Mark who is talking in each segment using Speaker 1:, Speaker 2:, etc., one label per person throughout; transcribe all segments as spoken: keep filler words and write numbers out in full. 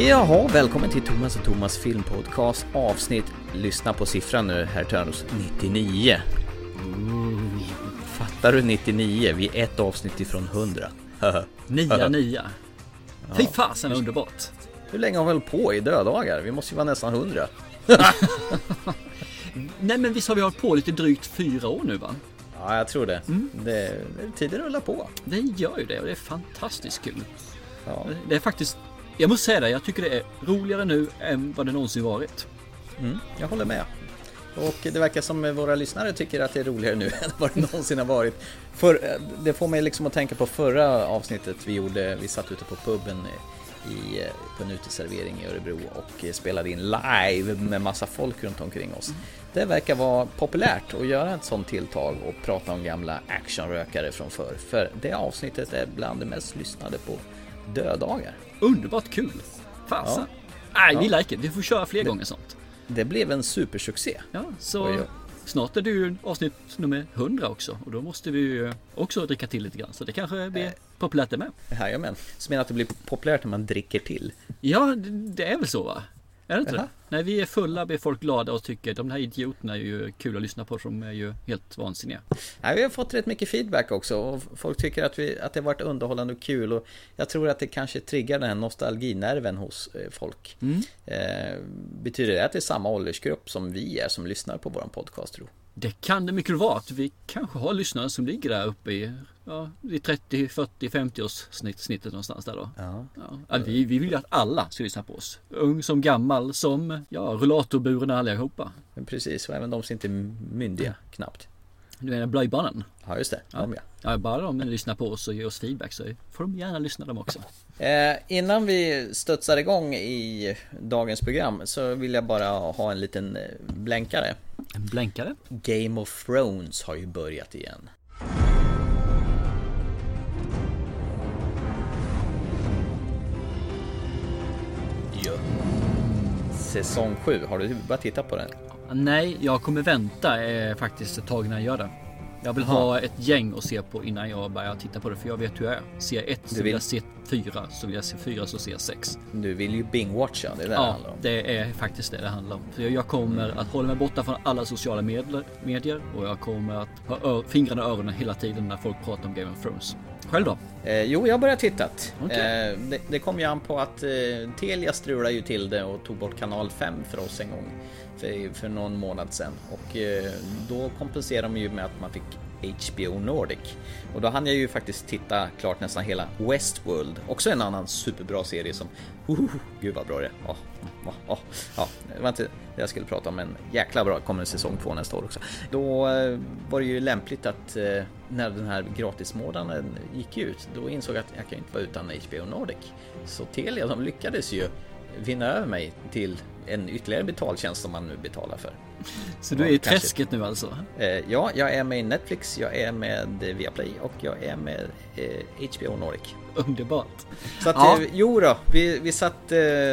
Speaker 1: Jaha, välkommen till Thomas och Thomas filmpodcast avsnitt. Lyssna på siffran nu, herr Törnros, nittionio. Mm. Fattar du nittionio? Vi är ett avsnitt ifrån hundra.
Speaker 2: Nia, nia. Fy fasen, underbart.
Speaker 1: Hur länge har vi hållit på i dödagar? Vi måste ju vara nästan hundra.
Speaker 2: Nej, men visst har vi hållit på lite drygt fyra år nu, va?
Speaker 1: Ja, jag tror det.
Speaker 2: Mm.
Speaker 1: det tiden rullar på.
Speaker 2: Det gör ju det och det är fantastiskt kul.
Speaker 1: Ja.
Speaker 2: Det är faktiskt, jag måste säga det, jag tycker det är roligare nu än vad det någonsin varit.
Speaker 1: Mm, jag håller med. Och det verkar som våra lyssnare tycker att det är roligare nu än vad det någonsin har varit. För, det får mig liksom att tänka på förra avsnittet vi gjorde. Vi satt ute på puben i, på en uteservering i Örebro och spelade in live med massa folk runt omkring oss. Mm. Det verkar vara populärt att göra ett sånt tilltag och prata om gamla actionrökare från förr. För det avsnittet är bland det mest lyssnade på dödagar.
Speaker 2: Underbart kul. Fasen. Ja. Nej, vi ja. like it. Vi får köra fler det, gånger sånt.
Speaker 1: Det blev en supersuccé.
Speaker 2: Ja, så snart är det ju avsnitt nummer hundra också. Och då måste vi ju också dricka till lite grann. Så det kanske blir äh. populärt det med.
Speaker 1: Jajamän. Så menar att det blir populärt när man dricker till?
Speaker 2: Ja, det är väl så, va? Är det inte det? När vi är fulla blir folk glada och tycker de här idioterna är ju kul att lyssna på, för de är ju helt vansinniga.
Speaker 1: Ja, vi har fått rätt mycket feedback också och folk tycker att, vi, att det har varit underhållande och kul, och jag tror att det kanske triggar den här nostalginerven hos eh, folk. Mm. Eh, betyder det att det är samma åldersgrupp som vi är som lyssnar på vår podcast, tror?
Speaker 2: Det kan det mycket vara att vi kanske har lyssnare som ligger där uppe i, ja, i trettio, fyrtio, femtio års snitt, snittet någonstans där då. Ja. Ja. Alltså, vi, vi vill ju att alla ska lyssna på oss. Ung som gammal som, ja, rullatorburen allihopa.
Speaker 1: Men precis, och även de som inte är myndiga, mm. knappt.
Speaker 2: Du menar blöjbarnen?
Speaker 1: Ja, just det.
Speaker 2: Ja. Ja. Ja, bara de lyssnar på oss och ger oss feedback så får de gärna lyssna dem också.
Speaker 1: Eh, innan vi studsar igång i dagens program så vill jag bara ha en liten blänkare.
Speaker 2: En blänkare?
Speaker 1: Game of Thrones har ju börjat igen. Ja. Säsong sju, har du bara tittat på den?
Speaker 2: Nej, jag kommer vänta eh, faktiskt ett tag när jag gör det. Jag vill Aha. ha ett gäng att se på innan jag börjar titta på det, för jag vet hur jag är. Ser jag ett så vill... vill jag se fyra, så vill jag se fyra så ser jag sex.
Speaker 1: Du vill ju bing-watcha, det är det
Speaker 2: ja,
Speaker 1: det handlar om.
Speaker 2: det är faktiskt det det handlar om. Så jag kommer mm. att hålla mig borta från alla sociala medier och jag kommer att ha ör- fingrarna och öronen hela tiden när folk pratar om Game of Thrones. Själv då?
Speaker 1: Eh, jo, jag har börjat tittat.
Speaker 2: Okay.
Speaker 1: Eh, det, det kom ju an på att eh, Telia strulade ju till det och tog bort kanal fem för oss en gång. För, för någon månad sedan. Och eh, då kompenserade de ju med att man fick H B O Nordic. Och då hann jag ju faktiskt titta klart nästan hela Westworld. Också en annan superbra serie som... Uh, gud vad bra det är. Oh, oh, oh. Ja, det var inte det jag skulle prata om, men jäkla bra. Kommer en säsong två nästa år också. Då eh, var det ju lämpligt att eh, när den här gratismånaden gick ut, då insåg jag att jag kan inte vara utan H B O Nordic. Så Telia, de lyckades ju vinna över mig till en ytterligare betaltjänst som man nu betalar för.
Speaker 2: Så du är i träsket nu alltså?
Speaker 1: Eh, ja, jag är med i Netflix, jag är med Viaplay och jag är med eh, H B O Nordic.
Speaker 2: Underbart.
Speaker 1: Så att, ja. eh, jo då, vi, vi satt eh,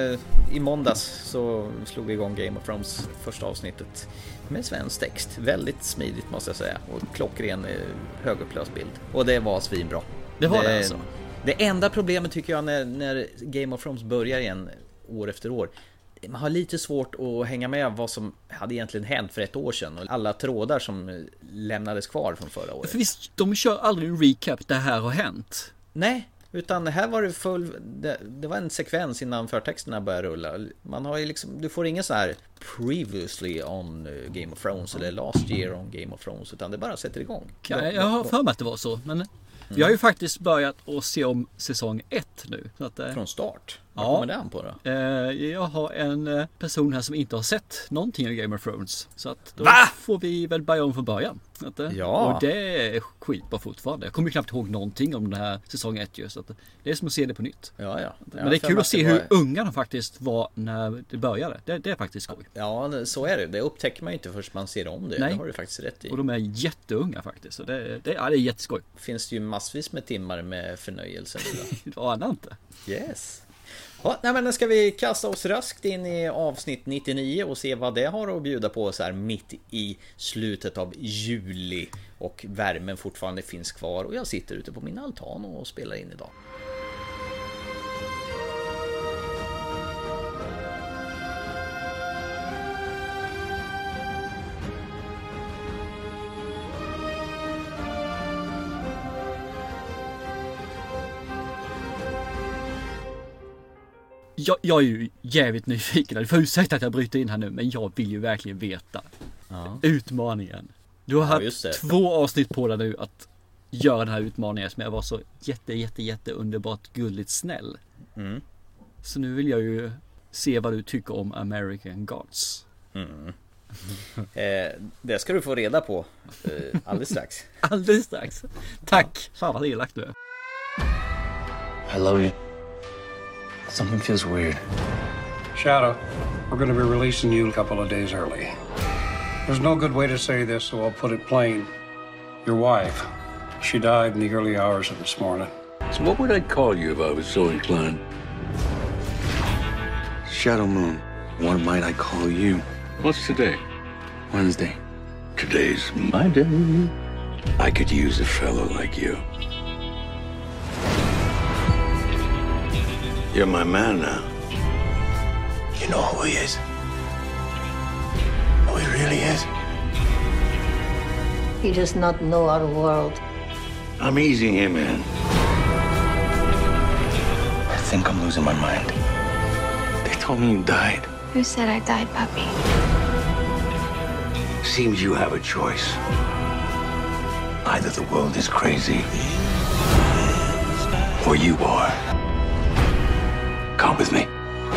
Speaker 1: i måndags så slog vi igång Game of Thrones första avsnittet med svensk text. Väldigt smidigt måste jag säga, och klockren eh, högupplöst bild. Och det var svinbra.
Speaker 2: Det var det, det alltså?
Speaker 1: Det enda problemet tycker jag när, när Game of Thrones börjar igen år efter år, man har lite svårt att hänga med vad som hade egentligen hänt för ett år sedan och alla trådar som lämnades kvar från förra året.
Speaker 2: För visst, de kör aldrig en recap, det här har hänt.
Speaker 1: Nej, utan här var det full, det, det var en sekvens innan förtexterna började rulla. Man har ju liksom, du får ingen så här previously on Game of Thrones eller last year on Game of Thrones, utan det bara sätter igång.
Speaker 2: Ja, jag har för mig att det var så, men Mm. Jag har ju faktiskt börjat att se om säsong ett nu. Så att,
Speaker 1: från start? Vad
Speaker 2: ja,
Speaker 1: kommer det an på då?
Speaker 2: Eh, jag har en person här som inte har sett någonting av Game of Thrones. Så att då
Speaker 1: Va?
Speaker 2: får vi väl börja om från början. Att,
Speaker 1: ja.
Speaker 2: Och det är skitbra fortfarande. Jag kommer ju knappt ihåg någonting om den här säsong ett. Just, så att det är som att se det på nytt.
Speaker 1: Ja, ja.
Speaker 2: Men det är kul att se var... hur ungarna faktiskt var när det började. Det, det är faktiskt skoj.
Speaker 1: Ja, så är det. Det upptäcker man ju inte först man ser om det.
Speaker 2: Nej.
Speaker 1: Det har du faktiskt rätt i.
Speaker 2: Och de är jätteunga faktiskt. Så det, det, ja, det är jätteskoj.
Speaker 1: Finns det ju massvis med timmar med förnöjelse.
Speaker 2: Det anar inte.
Speaker 1: Yes. Ja, nej, men nu ska vi kasta oss raskt in i avsnitt nittionio och se vad det har att bjuda på så här mitt i slutet av juli och värmen fortfarande finns kvar och jag sitter ute på min altan och spelar in idag.
Speaker 2: Jag, jag är ju jävligt nyfiken. Du får ursäkta att jag bryter in här nu, men jag vill ju verkligen veta. Ja. Utmaningen. Du har ja, haft två avsnitt på dig nu att göra den här utmaningen som jag var så jätte, jätte, jätte underbart gulligt snäll. Mm. Så nu vill jag ju se vad du tycker om American Gods. Mm.
Speaker 1: eh, det ska du få reda på eh, alldeles strax.
Speaker 2: Alldeles strax. Tack. Fan vad elakt du är.
Speaker 3: I love you. Something feels weird.
Speaker 4: Shadow, we're going to be releasing you a couple of days early. There's no good way to say this, so I'll put it plain. Your wife, she died in the early hours of this morning.
Speaker 5: So what would I call you if I was so inclined?
Speaker 3: Shadow Moon. What might I call you?
Speaker 5: What's today?
Speaker 3: Wednesday.
Speaker 5: Today's my day. I could use a fellow like you. You're my man now.
Speaker 3: You know who he is? Who he really is?
Speaker 6: He does not know our world.
Speaker 5: I'm easing him in.
Speaker 3: I think I'm losing my mind. They told me you died.
Speaker 7: Who said I died, puppy?
Speaker 5: Seems you have a choice. Either the world is crazy, or you are. Come with me.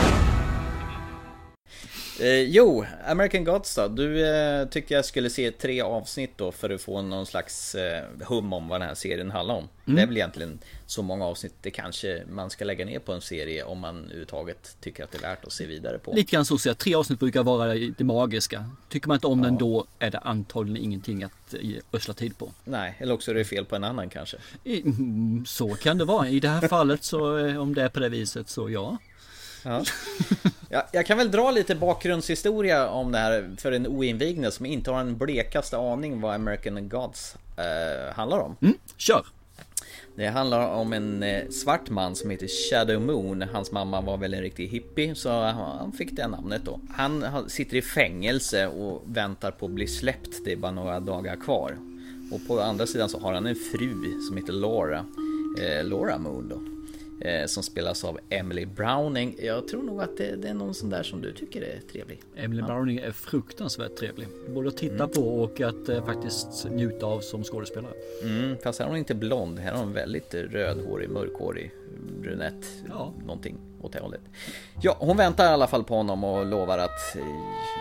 Speaker 1: Eh, jo, American Gods då. Du eh, tyckte jag skulle se tre avsnitt då för att få någon slags eh, hum om vad den här serien handlar om. Mm. Det är väl egentligen så många avsnitt det kanske man ska lägga ner på en serie om man överhuvudtaget tycker att det är värt att se vidare på.
Speaker 2: Lite grann så att säga, tre avsnitt brukar vara det magiska. Tycker man inte om ja. den då är det antagligen ingenting att ösla tid på.
Speaker 1: Nej, eller också är det fel på en annan kanske.
Speaker 2: I, så kan det vara. I det här fallet så om det är på det viset så ja.
Speaker 1: Ja. Ja, jag kan väl dra lite bakgrundshistoria om det här för en oinvigna som inte har en blekaste aning vad American Gods eh, handlar om.
Speaker 2: Mm, kör!
Speaker 1: Det handlar om en eh, svart man som heter Shadow Moon. Hans mamma var väl en riktig hippie, så han fick det namnet då. Han, han sitter i fängelse och väntar på att bli släppt. Det är bara några dagar kvar. Och på andra sidan så har han en fru som heter Laura. Eh, Laura Moon då. Eh, som spelas av Emily Browning. Jag tror nog att det, det är någon sån där som du tycker är trevlig.
Speaker 2: Emily ja. Browning är fruktansvärt trevlig. Både att titta mm. på och att eh, faktiskt njuta av som skådespelare.
Speaker 1: Mm, fast här är hon inte blond. Här är hon väldigt rödhårig, mörkhårig, brunett. Ja. Någonting åt det hållet. Ja, hon väntar i alla fall på honom och lovar att eh,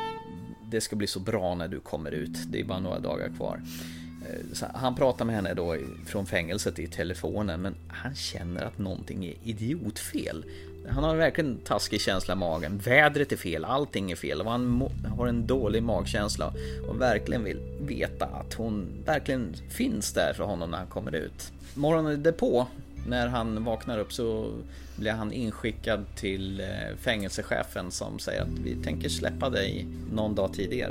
Speaker 1: det ska bli så bra när du kommer ut. Det är bara några dagar kvar. Så han pratar med henne då från fängelset i telefonen, men han känner att någonting är idiotfel. Han har verkligen taskig känsla i magen. Vädret är fel, allting är fel. Och han har en dålig magkänsla och verkligen vill veta att hon verkligen finns där för honom när han kommer ut. Morgonen därpå, när han vaknar upp, så blir han inskickad till fängelsechefen som säger att vi tänker släppa dig någon dag tidigare.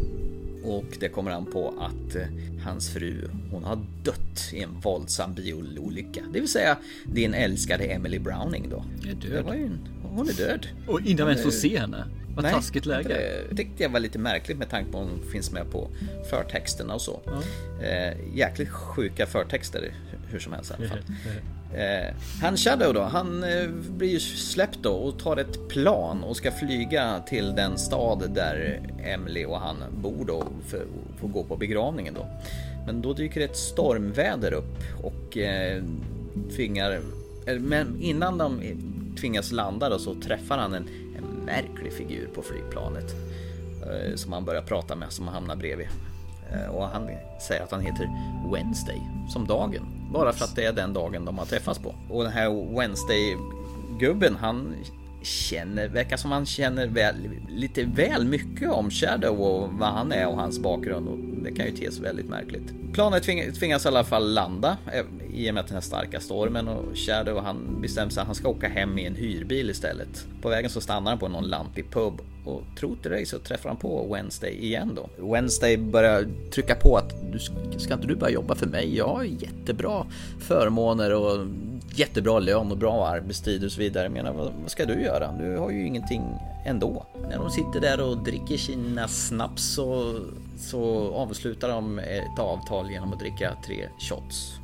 Speaker 1: Och det kommer han på att eh, hans fru, hon har dött i en våldsam biololycka. Det vill säga din älskade Emily Browning då.
Speaker 2: Är död.
Speaker 1: Det var ju en, hon är död.
Speaker 2: Och innan vi ens får se henne. Vad
Speaker 1: nej,
Speaker 2: taskigt läge.
Speaker 1: Det tyckte jag var lite märkligt med tanke på att hon finns med på förtexterna och så. Ja. Eh, jäkligt sjuka förtexter hur som helst i alla fall. Eh, han Shadow då, han eh, blir ju släppt då och tar ett plan och ska flyga till den stad där Emily och han bor då för att få gå på begravningen då. Men då dyker ett stormväder upp och eh, tvingar, men innan de tvingas landa då, så träffar han en, en märklig figur på flygplanet eh, som han börjar prata med, som hamnar bredvid. Och han säger att han heter Wednesday, som dagen. Bara för att det är den dagen de har träffats på. Och den här Wednesday-gubben, han känner, verkar som han känner väl, lite väl mycket om Shadow och vad han är och hans bakgrund. Och det kan ju te sig väldigt märkligt. Planet tvingas i alla fall landa i och med den här starka stormen. Och Shadow, han bestämmer sig att han ska åka hem i en hyrbil istället. På vägen så stannar han på någon lampig pub. Och tro till dig så träffar han på Wednesday igen då. Wednesday börjar trycka på att du, ska inte du börja jobba för mig? Jag har jättebra förmåner och jättebra lön och bra arbetstid och så vidare. Jag menar, vad, vad ska du göra? Du har ju ingenting ändå. När de sitter där och dricker sina snaps så, så avslutar de ett avtal genom att dricka tre shots.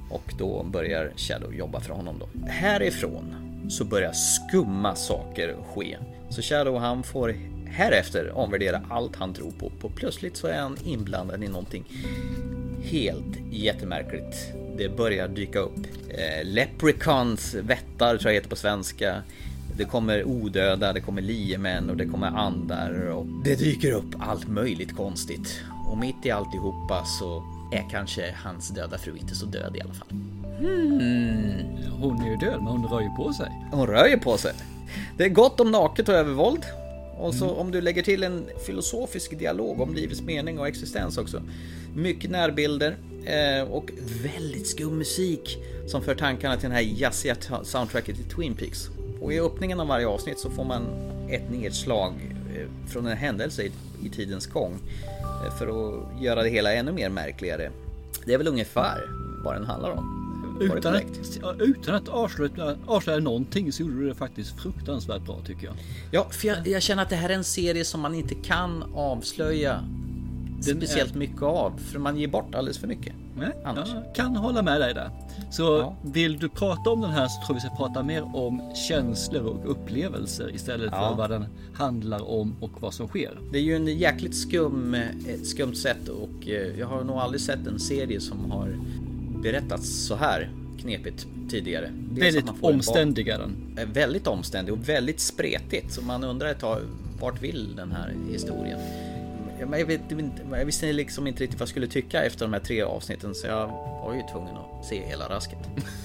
Speaker 1: Och då börjar Shadow jobba för honom då. Härifrån så börjar skumma saker ske. Så Shadow, han får härefter omvärdera allt han tror på. På plötsligt så är han inblandad i någonting helt jättemärkligt. Det börjar dyka upp eh, leprechauns, vättar tror jag heter på svenska. Det kommer odöda, det kommer liemän och det kommer andar och det dyker upp allt möjligt konstigt. Och mitt i alltihopa så är kanske hans döda fru inte så död i alla fall.
Speaker 2: Hmm. Hon är ju död, men hon rör ju på sig.
Speaker 1: Hon rör ju på sig. Det är gott om naket och övervåld. Och så mm. om du lägger till en filosofisk dialog om livets mening och existens också. Mycket närbilder eh, och väldigt skum musik som för tankarna till den här jazziga soundtracket i Twin Peaks. Och i öppningen av varje avsnitt så får man ett nedslag eh, från en händelse i, i tidens gång eh, för att göra det hela ännu mer märkligare. Det är väl ungefär vad den handlar om.
Speaker 2: Utan att, utan att avslöja, avslöja någonting så gjorde du det faktiskt fruktansvärt bra tycker jag.
Speaker 1: Ja, för jag, jag känner att det här är en serie som man inte kan avslöja den speciellt är... mycket av. För man ger bort alldeles för mycket.
Speaker 2: Nej, annars. Jag kan hålla med dig där. Så ja. Vill du prata om den här så tror vi ska prata mer om känslor och upplevelser istället ja. för vad den handlar om och vad som sker.
Speaker 1: Det är ju en jäkligt skum, ett skumt sätt och jag har nog aldrig sett en serie som har berättats så här knepigt tidigare.
Speaker 2: Väldigt omständiga den.
Speaker 1: Väldigt omständig och väldigt spretigt. Så man undrar ett tag, vart vill den här historien? Jag, vet, jag visste liksom inte riktigt vad jag skulle tycka efter de här tre avsnitten. Så jag var ju tvungen att se hela rasket.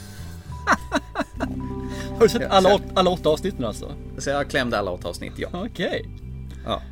Speaker 2: Har du sett alla, åt, alla åtta avsnitten alltså?
Speaker 1: Så jag klämde alla åtta avsnitt, ja.
Speaker 2: Okej. Okay.
Speaker 1: Ja.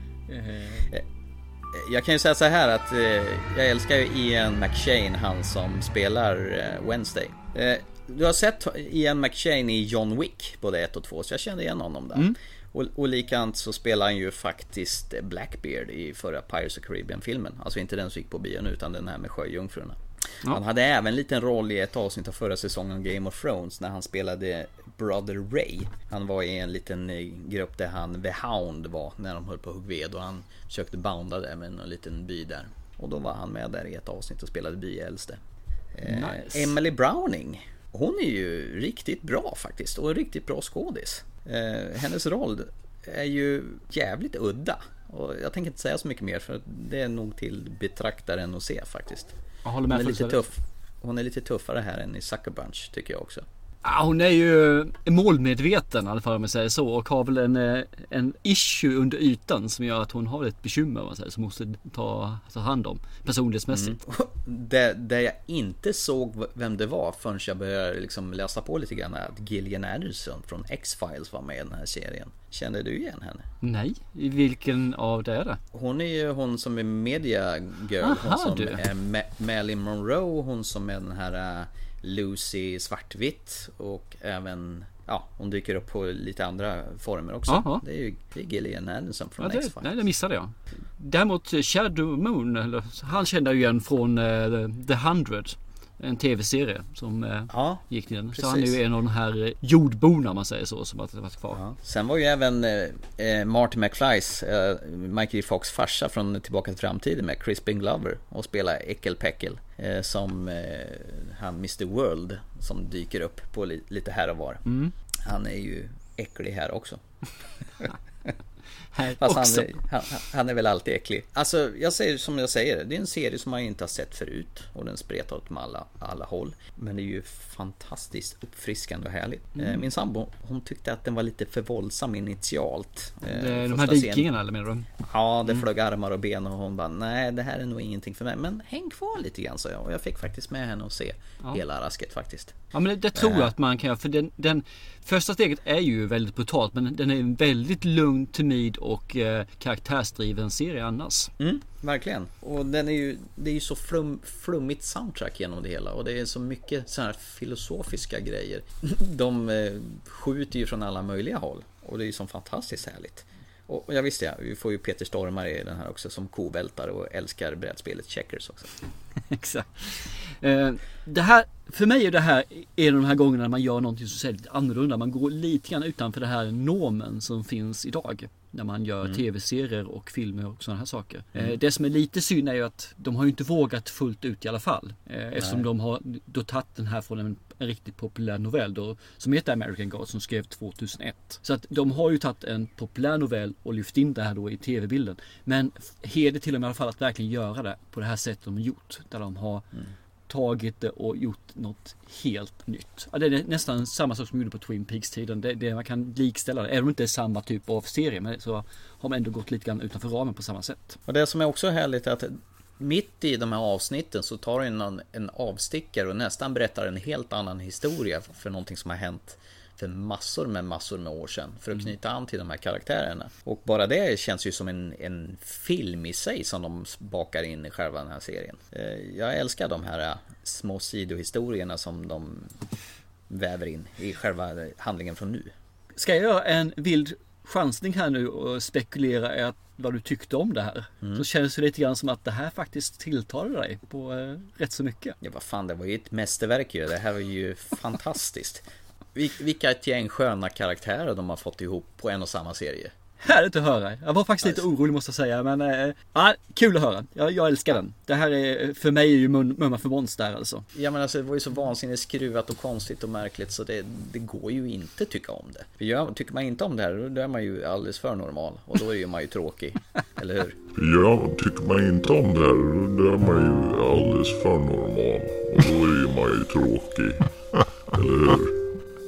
Speaker 1: Uh. Jag kan ju säga så här att eh, jag älskar ju Ian McShane, han som spelar eh, Wednesday. Eh, du har sett Ian McShane i John Wick, både ett och två, så jag kände igen honom där. Mm. Och, och likant så spelar han ju faktiskt Blackbeard i förra Pirates of Caribbean-filmen. Alltså inte den som gick på bion utan den här med sjöjungfrurna. Ja. Han hade även en liten roll i ett avsnitt av förra säsongen Game of Thrones när han spelade Brother Ray. Han var i en liten grupp där han The Hound var när de höll på huggved och han försökte bounda där med en liten by där. Och då var han med där i ett avsnitt och spelade byäldste. Nice. Eh, Emily Browning, hon är ju riktigt bra faktiskt och en riktigt bra skådis. Eh, hennes roll är ju jävligt udda. Och jag tänker inte säga så mycket mer för det är nog till betraktaren att se faktiskt.
Speaker 2: Jag håller med.
Speaker 1: Hon är lite tuff. Hon är lite tuffare här än i Sucker Punch tycker jag också.
Speaker 2: Ja, hon är ju målmedveten i alla fall om man säger så och har väl en, en issue under ytan som gör att hon har ett bekymmer man säger, som måste ta, ta hand om personlighetsmässigt.
Speaker 1: Mm. Det, det jag inte såg vem det var förrän jag började liksom läsa på lite grann att Gillian Anderson från X-Files var med i den här serien. Kände du igen henne?
Speaker 2: Nej, i vilken av det är det?
Speaker 1: Hon är ju hon som är media girl. Aha, hon som du. är Ma- Marilyn Monroe, hon som är den här uh, Lucy svartvitt och även ja, hon dyker upp på lite andra former också. Aha. Det är ju det är Gillian Anderson från
Speaker 2: ja,
Speaker 1: X-Files.
Speaker 2: Nej, det missade jag. Däremot Shadow Moon, eller, han kände ju igen från uh, The Hundred. En tv-serie som eh, ja, gick den. Så han är ju en av de här jordborna man säger så som att det varit kvar. Ja.
Speaker 1: Sen var ju även eh, Marty McFlys eh, Michael Fox farsa från Tillbaka till framtiden med Crispin Glover och spelar Äckelpäckel eh, som eh, han mister World som dyker upp på li- lite här och var. Mm. Han är ju äcklig här också. Fast han, han, han är väl alltid äcklig. Alltså jag säger som jag säger, det är en serie som man inte har sett förut och den spretar åt alla, alla håll. Men det är ju fantastiskt uppfriskande och härligt. Mm. Min sambo, hon tyckte att den var lite för våldsam initialt.
Speaker 2: Det, de här dikningarna eller menar du?
Speaker 1: Ja, det mm. flög armar och ben och hon bara, nej det här är nog ingenting för mig. Men häng kvar lite grann så jag. Och jag fick faktiskt med henne och se ja. hela rasket faktiskt.
Speaker 2: Ja men det, det tror jag att man kan, för den, den första steget är ju väldigt brutalt men den är en väldigt lugn, timid och eh, karaktärsdriven serie annars.
Speaker 1: Mm, verkligen. Och den är ju, det är ju så flum, flummigt soundtrack genom det hela och det är så mycket så här filosofiska grejer. De eh, skjuter ju från alla möjliga håll och det är ju så fantastiskt härligt. Och jag visste ja, vi får ju Peter Stormare i den här också som kovältare och älskar brädspelet Checkers också.
Speaker 2: Exakt. Eh, det här, för mig är det här en av de här gångerna när man gör någonting som ser lite annorlunda. Man går lite grann utanför det här normen som finns idag. När man gör mm. tv-serier och filmer och sådana här saker. Mm. Eh, det som är lite synd är ju att de har ju inte vågat fullt ut i alla fall. Eh, eftersom de har då tagit den här från en, en riktigt populär novell då, som heter American Gods, som skrev tjugohundraett. Så att de har ju tagit en populär novell och lyft in det här då i tv-bilden. Men heder till dem i alla fall att verkligen göra det på det här sättet de har gjort. Där de har mm. tagit det och gjort något helt nytt. Ja, det är nästan samma sak som de gjorde på Twin Peaks-tiden. Det, det man kan likställa det. Även om det inte är samma typ av serie, men så har man ändå gått lite grann utanför ramen på samma sätt.
Speaker 1: Och det som är också härligt är att mitt i de här avsnitten så tar en, en avstickare och nästan berättar en helt annan historia för någonting som har hänt för massor med massor med år sedan för att knyta an till de här karaktärerna. Och bara det känns ju som en, en film i sig som de bakar in i själva den här serien. Jag älskar de här små sidohistorierna som de väver in i själva handlingen från nu.
Speaker 2: Ska jag göra en vild chansning här nu och spekulera att vad du tyckte om det här. Mm. Så känns det lite grann som att det här faktiskt tilltalade dig på eh, rätt så mycket.
Speaker 1: Ja, vad fan, det var ju ett mästerverk ju. Det här var ju fantastiskt. Vilka ett gäng sköna karaktärer de har fått ihop på en och samma serie.
Speaker 2: Härligt att höra. Jag var faktiskt lite orolig måste jag säga. Men äh, ja, kul att höra. Jag, jag älskar den. Det här är för mig är ju mumma för monster alltså.
Speaker 1: Ja, men alltså det var ju så vansinnigt skruvat och konstigt och märkligt så det, det går ju inte tycka om det. För jag, tycker man inte om det här då är man ju alldeles för normal. Och då är ju man ju tråkig. Eller hur?
Speaker 8: Ja, tycker man inte om det här då är man ju alldeles för normal. Och då är ju man ju tråkig. Eller hur?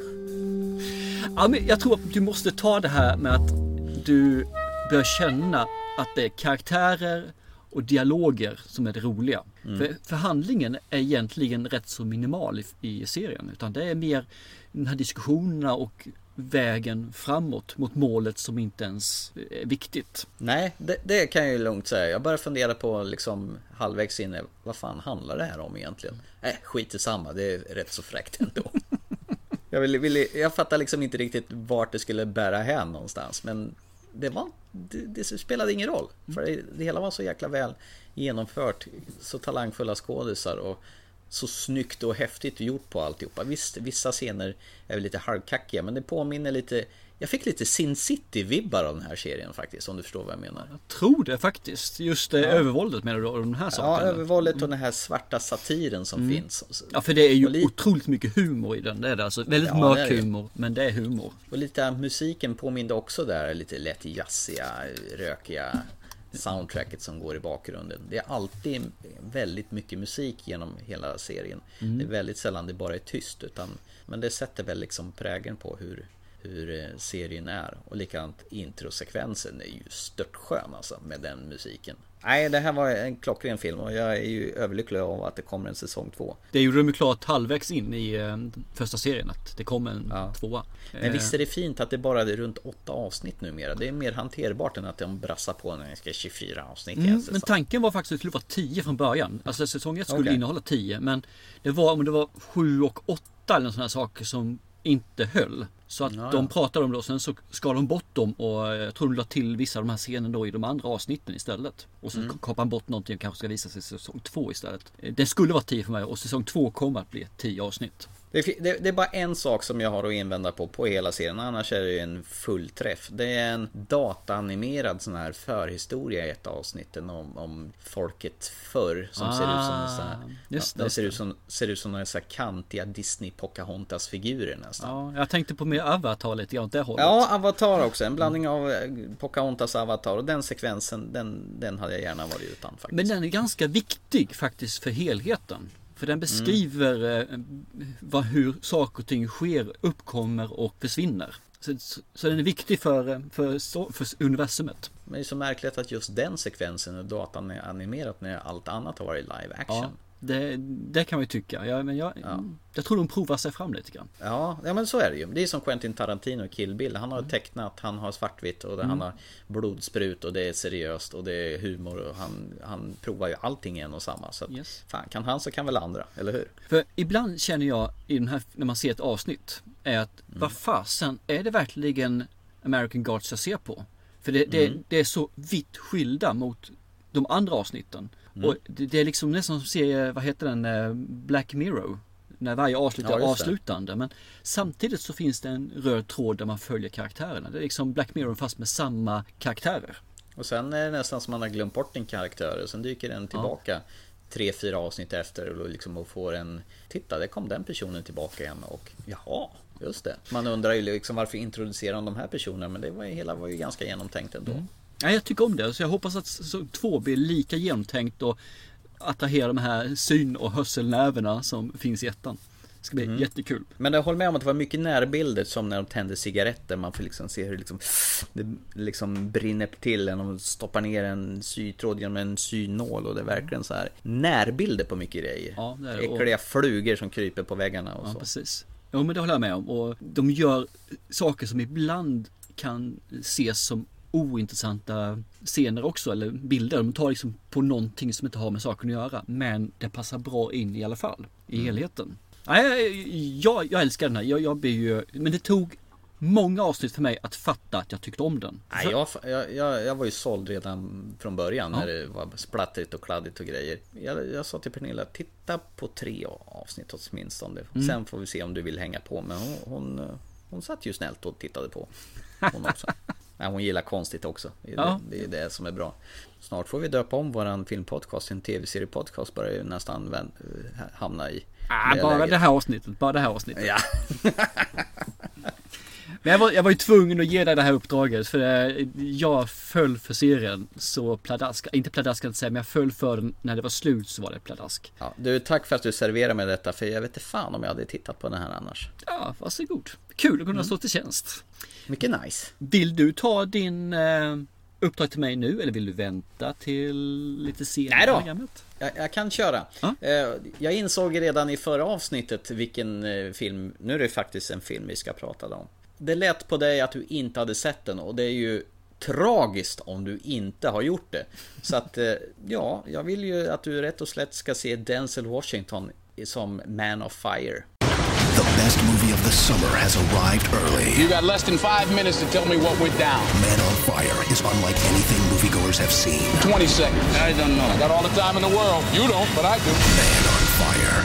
Speaker 2: Ja, men jag tror att du måste ta det här med att du bör känna att det är karaktärer och dialoger som är det roliga. Mm. För, för handlingen är egentligen rätt så minimal i, i serien. Utan det är mer de här diskussionerna och vägen framåt mot målet som inte ens är viktigt.
Speaker 1: Nej, det, det kan jag ju lugnt säga. Jag börjar fundera på liksom halvvägs inne, vad fan handlar det här om egentligen? Nej, äh, skit i samma, det är rätt så fräckt ändå. Jag, vill, vill, jag fattar liksom inte riktigt vart det skulle bära hän någonstans. Men det, var, det, det spelade ingen roll. För det, det hela var så jäkla väl genomfört. Så talangfulla skådisar och så snyggt och häftigt gjort på alltihopa. Visst, vissa scener är väl lite halvkackiga. Men det påminner lite... Jag fick lite Sin City-vibbar av den här serien faktiskt, om du förstår vad jag menar.
Speaker 2: Jag tror det faktiskt. Just det, ja. Övervåldet menar du och den här saken?
Speaker 1: Ja, övervåldet och den här svarta satiren som mm. finns.
Speaker 2: Ja, för det är ju lite... otroligt mycket humor i den. Det är det. Alltså, väldigt ja, mörk humor, men det är humor.
Speaker 1: Och lite musiken påminner också där, lite lätt jazziga, rökiga soundtracket som går i bakgrunden. Det är alltid väldigt mycket musik genom hela serien. Mm. Det är väldigt sällan det bara är tyst, utan, men det sätter väl liksom prägen på hur hur serien är. Och likadant introsekvensen är ju störtskön alltså, med den musiken. Nej, det här var en klockren film och jag är ju överlycklig av att det kommer en säsong två.
Speaker 2: Det gjorde de ju klart halvvägs in i eh, första serien att det kommer en ja. tvåa.
Speaker 1: Men visst är det fint att det bara är runt åtta avsnitt numera. Det är mer hanterbart än att de brassar på när det ska tjugofyra avsnitt.
Speaker 2: Mm, men tanken var faktiskt att det skulle vara tio från början. Alltså säsong ett skulle okay. innehålla tio, men det var om det var sju och åtta eller sådana saker som inte höll. Så att ja, de pratade om det och sen så skar de bort dem och jag tror de la till vissa av de här scenerna då i de andra avsnitten istället. Och så mm. kapade han bort någonting och kanske ska visa sig i säsong två istället. Det skulle vara tio för mig och säsong två kommer att bli tio avsnitt.
Speaker 1: Det är, det, det är bara en sak som jag har att invända på på hela serien. Annars är det en full träff. Det är en dataanimerad sån här förhistoria i ett avsnitt om, om folket förr som ah, ser ut som så här, just det, de ser ut som ser ut som några så här kantiga Disney Pocahontas figurer nästan.
Speaker 2: Ja, jag tänkte på mer Avatar lite grann det hållet.
Speaker 1: Ja, Avatar också. En blandning av Pocahontas Avatar och den sekvensen den, den hade jag gärna varit utan faktiskt.
Speaker 2: Men den är ganska viktig faktiskt för helheten. För den beskriver mm. vad, hur saker och ting sker, uppkommer och försvinner. Så, så, så den är viktig för, för, för universumet.
Speaker 1: Men det är så märkligt att just den sekvensen och datan är animerat när allt annat har varit live action.
Speaker 2: Ja, det, det kan man ju tycka. Ja, men jag, ja. jag tror de provar sig fram lite grann.
Speaker 1: Ja, ja, men så är det ju. Det är som Quentin Tarantino och Kill Bill. Han har mm. tecknat, han har svartvitt och det, mm. han har blodsprut och det är seriöst och det är humor och han, han provar ju allting en och samma. Så att, yes. fan, kan han så kan väl andra, eller hur?
Speaker 2: För ibland känner jag i den här, när man ser ett avsnitt är att mm. vad fasen, är det verkligen American Gods jag ser på? För det, det, mm. det är så vitt skilda mot de andra avsnitten. Mm. Och det, det är liksom nästan som se, vad heter den, Black Mirror. När varje avslut är ja, avslutande. Men samtidigt så finns det en röd tråd där man följer karaktärerna. Det är liksom Black Mirror fast med samma karaktärer.
Speaker 1: Och sen är det nästan som man har glömt bort en karaktär. Och sen dyker den tillbaka ja. tre, fyra avsnitt efter. Och liksom och får en, titta, det kom den personen tillbaka igen. Och jaha, just det. Man undrar ju liksom varför introducerar de här personerna. Men det var ju, hela var ju ganska genomtänkt ändå. Mm.
Speaker 2: Ja, jag tycker om det. Så jag hoppas att säsong två blir lika genomtänkt och attrahera de här syn- och hörselnerverna som finns i ettan. Det ska bli mm. jättekul.
Speaker 1: Men jag håller med om att det var mycket närbilder som när de tänder cigaretter. Man får liksom se hur liksom, det liksom brinner till när de stoppar ner en sytråd genom en synål. Och det är verkligen så här närbilder på mycket grejer.
Speaker 2: Ja, det är det.
Speaker 1: Äckliga flugor som kryper på väggarna och
Speaker 2: ja,
Speaker 1: så.
Speaker 2: Precis. Ja, men det håller jag med om. Och de gör saker som ibland kan ses som ointressanta scener också, eller bilder. De tar liksom på någonting som inte har med saken att göra, men det passar bra in i alla fall i mm. helheten. Nej, jag, jag älskar den här. Jag, jag blir ju, men det tog många avsnitt för mig att fatta att jag tyckte om den.
Speaker 1: Nej, jag, jag, jag var ju såld redan från början ja. när det var splattrigt och kladdigt och grejer. Jag, jag sa till Pernilla, titta på tre avsnitt åtminstone. Mm. Sen får vi se om du vill hänga på. Men hon, hon, hon satt ju snällt och tittade på. Hon också. Nej, hon gillar konstigt också. Det är, ja. det, det är det som är bra. Snart får vi döpa om våran filmpodcast. En tv-seriepodcast börjar ju nästan vän, hamna i
Speaker 2: ah,
Speaker 1: det
Speaker 2: bara
Speaker 1: läget.
Speaker 2: det här avsnittet. Bara det här avsnittet.
Speaker 1: Ja.
Speaker 2: Men jag var, jag var ju tvungen att ge dig det här uppdraget. För jag föll för serien så pladask. Inte pladask kan jag säga, men jag föll för den när det var slut så var det pladask.
Speaker 1: Ja, du, tack för att du serverar med detta. För jag vet inte fan om jag hade tittat på den här annars.
Speaker 2: Ja, varsågod. Kul att kunna mm. stå till tjänst.
Speaker 1: Mycket nice.
Speaker 2: Vill du ta din eh, uppdrag till mig nu eller vill du vänta till lite senare?
Speaker 1: Nej då, jag, jag kan köra. Ah? eh, Jag insåg redan i förra avsnittet vilken eh, film, nu är det faktiskt en film vi ska prata om. Det lät på dig att du inte hade sett den och det är ju tragiskt om du inte har gjort det. Så att eh, ja, jag vill ju att du rätt och slätt ska se Denzel Washington som Man of Fire.
Speaker 9: The best movie of the summer has arrived early.
Speaker 10: You got less than five minutes to tell me what went down.
Speaker 9: Man on Fire is unlike anything moviegoers have seen.
Speaker 10: twenty seconds. I don't know. I got all the time in the world. You don't, but I do.
Speaker 9: Man on Fire.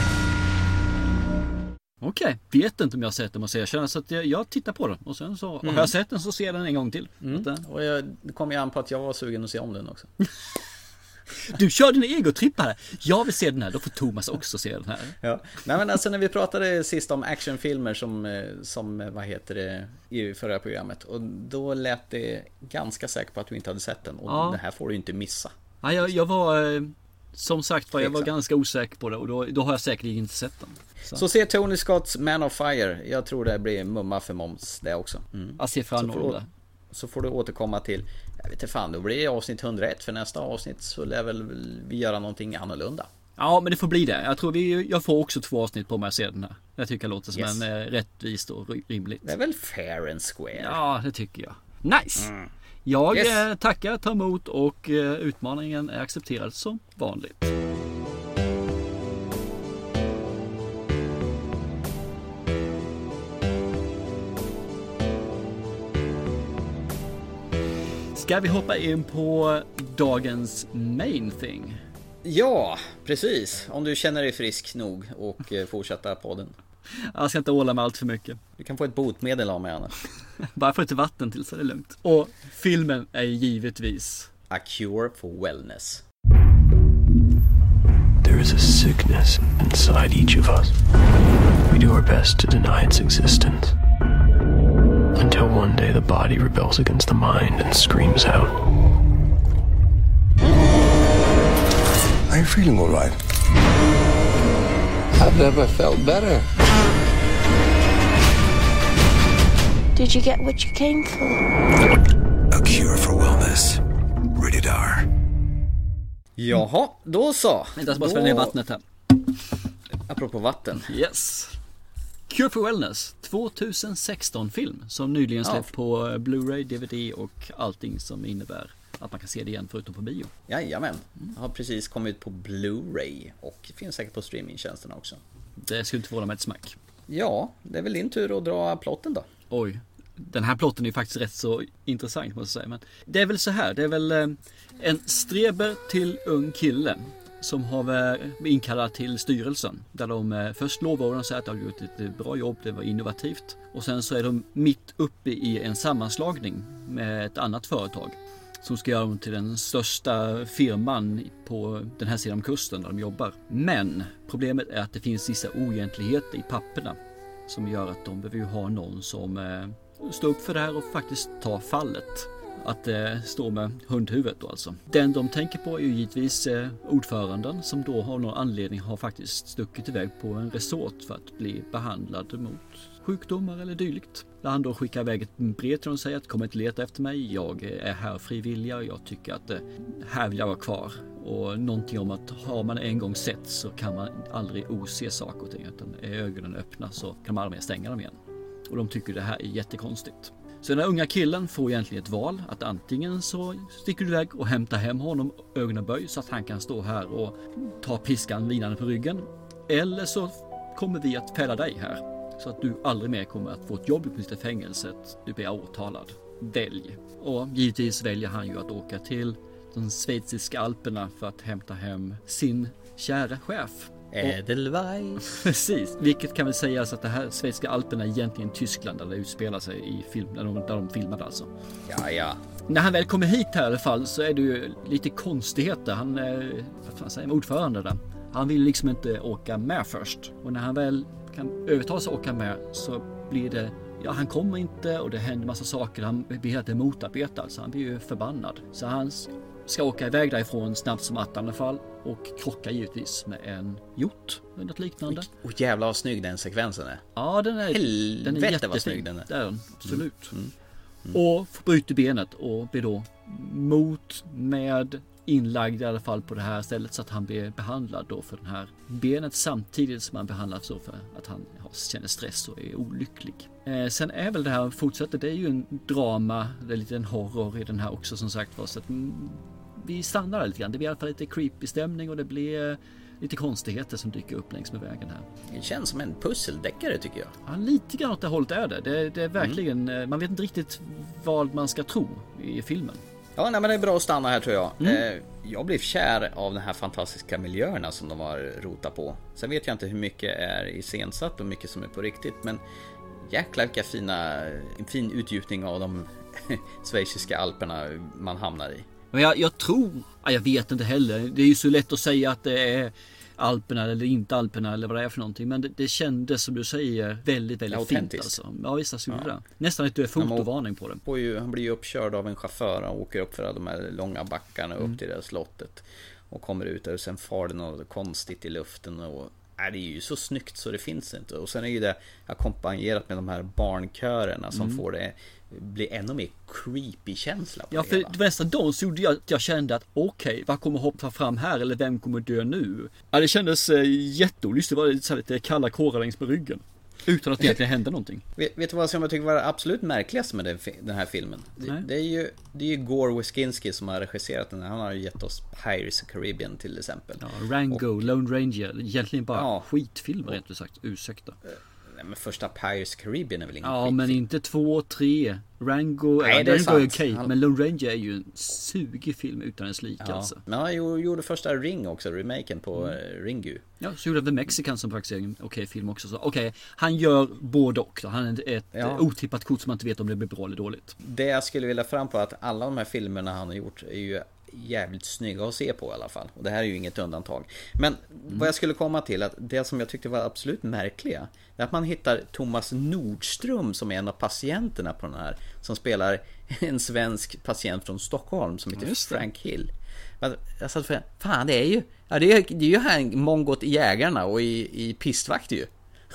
Speaker 2: Okej, okay. Vet inte om jag har sett den och jag känner så att jag, jag tittar på den och sen så mm. har jag sett den så ser jag den en gång till.
Speaker 1: Mm. Och jag, det kom ju an på att jag var sugen att se om den också.
Speaker 2: Du kör din egotripp här. Jag vill se den här, då får Thomas också se den här.
Speaker 1: Ja. Nej, men alltså när vi pratade sist om actionfilmer som, som vad heter det i förra programmet. Och då lät det ganska säkert på att du inte hade sett den. Och ja. Det här får du inte missa.
Speaker 2: Ja, jag, jag var som sagt var jag var ganska osäker på det. Och då, då har jag säkert inte sett den.
Speaker 1: Så. så se Tony Scotts Man of Fire. Jag tror det blir mumma för moms det också.
Speaker 2: Mm. Jag ser fram emot det.
Speaker 1: Så får du återkomma till, jag vet inte fan, då blir det avsnitt hundraett. För nästa avsnitt så lär väl vi göra någonting annorlunda.
Speaker 2: Ja, men det får bli det. Jag tror vi, jag får också två avsnitt på mig att se den här. Jag tycker det låter som yes. en eh, rättvist och rimligt.
Speaker 1: Det är väl fair and square.
Speaker 2: Ja, det tycker jag. Nice! Mm. Jag yes. eh, tackar, tar emot och eh, utmaningen är accepterad som vanligt. Ska vi hoppa in på dagens main thing?
Speaker 1: Ja, precis. Om du känner dig frisk nog och fortsätta podden.
Speaker 2: Jag ska inte åla med allt för mycket.
Speaker 1: Du kan få ett botemedel av mig annars.
Speaker 2: Bara få lite vatten till så är det lugnt. Och filmen är givetvis
Speaker 1: A Cure for Wellness.
Speaker 5: There is a sickness inside each of us. We do our best to deny its existence. Until one day the body rebels against the mind and screams out.
Speaker 9: Are you feeling all right?
Speaker 10: I've never felt better.
Speaker 7: Did you get what you came for?
Speaker 9: A Cure for Wellness. Rated R.
Speaker 1: Jaha, då så.
Speaker 2: Vänta, jag ska bara spela ner vattnet här.
Speaker 1: Apropå vatten.
Speaker 2: Yes. Cure for Wellness, tjugohundrasexton film som nyligen släppt ja. på Blu-ray, D V D och allting som innebär att man kan se det igen förutom på bio.
Speaker 1: Jajamän, mm. har precis kommit på Blu-ray och finns säkert på streamingtjänsterna också.
Speaker 2: Det skulle inte förvåna mig ett smack.
Speaker 1: Ja, det är väl din tur att dra plotten då.
Speaker 2: Oj, den här plotten är ju faktiskt rätt så intressant måste jag säga. Men det är väl så här, det är väl en streber till ung kille som har inkallat till styrelsen. Där de först lovar och säger att de har gjort ett bra jobb, det var innovativt. Och sen så är de mitt uppe i en sammanslagning med ett annat företag. Som ska göra dem till den största firman på den här sidan kusten där de jobbar. Men problemet är att det finns vissa oegentligheter i papperna. Som gör att de behöver ha någon som eh, står upp för det här och faktiskt tar fallet. Att eh, stå med hundhuvudet då alltså. Den de tänker på är ju givetvis eh, ordföranden som då har någon anledning har faktiskt stuckit iväg på en resort för att bli behandlad mot sjukdomar eller dylikt. Där han då skickar iväg ett brev till dem och säger att kom inte leta efter mig, jag är här frivilliga och jag tycker att eh, här vill jag vara kvar. Och någonting om att har man en gång sett så kan man aldrig ose saker och ting, utan är ögonen öppna så kan man aldrig mer stänga dem igen. Och de tycker det här är jättekonstigt. Så den här unga killen får egentligen ett val att antingen så sticker du iväg och hämtar hem honom ögonen böj så att han kan stå här och ta piskan vinande på ryggen. Eller så kommer vi att fälla dig här så att du aldrig mer kommer att få ett jobb i fängelset. Du blir åtalad. Välj. Och givetvis väljer han ju att åka till de schweiziska alperna för att hämta hem sin kära chef.
Speaker 1: Edelweiss.
Speaker 2: Precis, vilket kan väl sägas att det här schweiziska alperna är egentligen Tyskland där det utspelar sig i film, där de, där de filmade alltså.
Speaker 1: Ja, ja.
Speaker 2: När han väl kommer hit här i alla fall så är det ju lite konstigheter. Han är, vad fan säger ordförande där. Han vill liksom inte åka med först. Och när han väl kan överta sig att åka med så blir det, ja han kommer inte och det händer massa saker. Han blir helt motarbetad så han blir ju förbannad. Så han ska åka iväg därifrån snabbt som attan i alla fall. Och krockar givetvis med en hjort eller något liknande.
Speaker 1: Och jävlar vad snygg den sekvensen är.
Speaker 2: Ja, den är, den är jättefin.
Speaker 1: Vad snygg den är.
Speaker 2: Det är den, absolut.
Speaker 1: Mm. Mm. Mm.
Speaker 2: Och bryter benet och blir då mot med inlagd i alla fall på det här stället så att han blir behandlad då för den här benet samtidigt som han behandlas så för att han känner stress och är olycklig. Eh, sen är väl det här fortsätter, det är ju en drama, det är lite en horror i den här också som sagt var så att mm, vi stannar där lite grann. Det blir i alla fall lite creepy stämning och det blir lite konstigheter som dyker upp längs med vägen här.
Speaker 1: Det känns som en pusseldeckare tycker jag.
Speaker 2: Ja, lite grann åt det hållet är det. Det, det är verkligen, mm. man vet inte riktigt vad man ska tro i filmen.
Speaker 1: Ja, nej, men det är bra att stanna här tror jag.
Speaker 2: Mm.
Speaker 1: Eh, jag blev kär av de här fantastiska miljöerna som de har rotat på. Sen vet jag inte hur mycket är iscensatt och hur mycket som är på riktigt. Men jäklar vilka fina, en fin utgjutning av de schweiziska alperna man hamnar i.
Speaker 2: Men jag, jag tror, jag vet inte heller. Det är ju så lätt att säga att det är Alperna eller inte Alperna eller vad det är för någonting. Men det, det kändes som du säger väldigt, väldigt fint alltså. Ja, visst alltså ja. Det. Nästan lite fotovarning på det.
Speaker 1: På ju, han blir ju uppkörd av en chaufför och åker upp för de här långa backarna upp mm. till det här slottet. Och kommer ut där och sen far det något konstigt i luften och äh, det är ju så snyggt så det finns inte. Och sen är ju det ackompanjerat med de här barnkörerna som mm. får det bli ännu mer creepy känsla på
Speaker 2: ja,
Speaker 1: det
Speaker 2: för
Speaker 1: hela.
Speaker 2: Det var nästan då så gjorde jag att jag kände att okej, okay, vad kommer hoppa fram här eller vem kommer dö nu? Ja, det kändes eh, jätteolyst. Det var lite, så lite kalla kårar längs med ryggen. Utan att det egentligen hände någonting.
Speaker 1: Vet, vet du vad som jag tycker var absolut märkligast med den, den här filmen? Det, det, är ju, det är ju Gore Wyskinski som har regisserat den. Han har ju gett oss Pirates of Caribbean till exempel.
Speaker 2: Ja, Rango, och, Lone Ranger. Egentligen bara ja, skitfilmer rent ut sagt. Ursäkta.
Speaker 1: Nej, men första Pirates of Caribbean är väl ingen
Speaker 2: Ja,
Speaker 1: skitfilm.
Speaker 2: Men inte två, tre. Rango,
Speaker 1: Nej,
Speaker 2: äh,
Speaker 1: det är
Speaker 2: Rango är okej.
Speaker 1: okay,
Speaker 2: Han... Men Lone Ranger är ju en sugig film utan ens like
Speaker 1: ja.
Speaker 2: alltså.
Speaker 1: Men han gjorde första Ring också, remaken på mm. Ringu.
Speaker 2: Ja, så gjorde The Mexican som faktiskt är en okej okay film också. Okej, okay, han gör både och. Han är ett ja. otippat kort som man inte vet om det blir bra eller dåligt.
Speaker 1: Det jag skulle vilja fram på att alla de här filmerna han har gjort är ju jävligt snygga att se på i alla fall. Och det här är ju inget undantag. Men mm. vad jag skulle komma till att det som jag tyckte var absolut märkliga är att man hittar Thomas Nordström som är en av patienterna på den här, som spelar en svensk patient från Stockholm som heter Frank Hill. Jag satt för fan det är ju ja, det är, det är ju han mongot i Jägarna och i, i Pistvakt ju.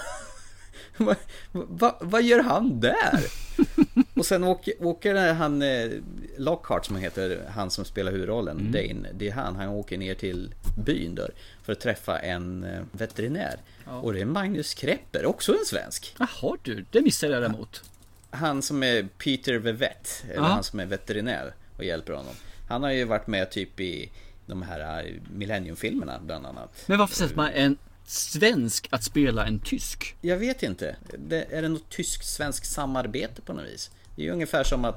Speaker 1: Vad va, va gör han där? Och sen åker, åker han eh, Lockhart som heter, han som spelar huvudrollen mm. Dane, det är han, han åker ner till byn där för att träffa en eh, veterinär ja. Och det är Magnus Krepper, också en svensk.
Speaker 2: Jaha du, det missade jag däremot.
Speaker 1: Han, han som är Peter Vevet, eller han som är veterinär och hjälper honom. Han har ju varit med typ i de här Millennium-filmerna bland annat.
Speaker 2: Men varför sätter man en svensk att spela en tysk?
Speaker 1: Jag vet inte. Det, är det något tysk-svensk samarbete på något vis? Det är ju ungefär som att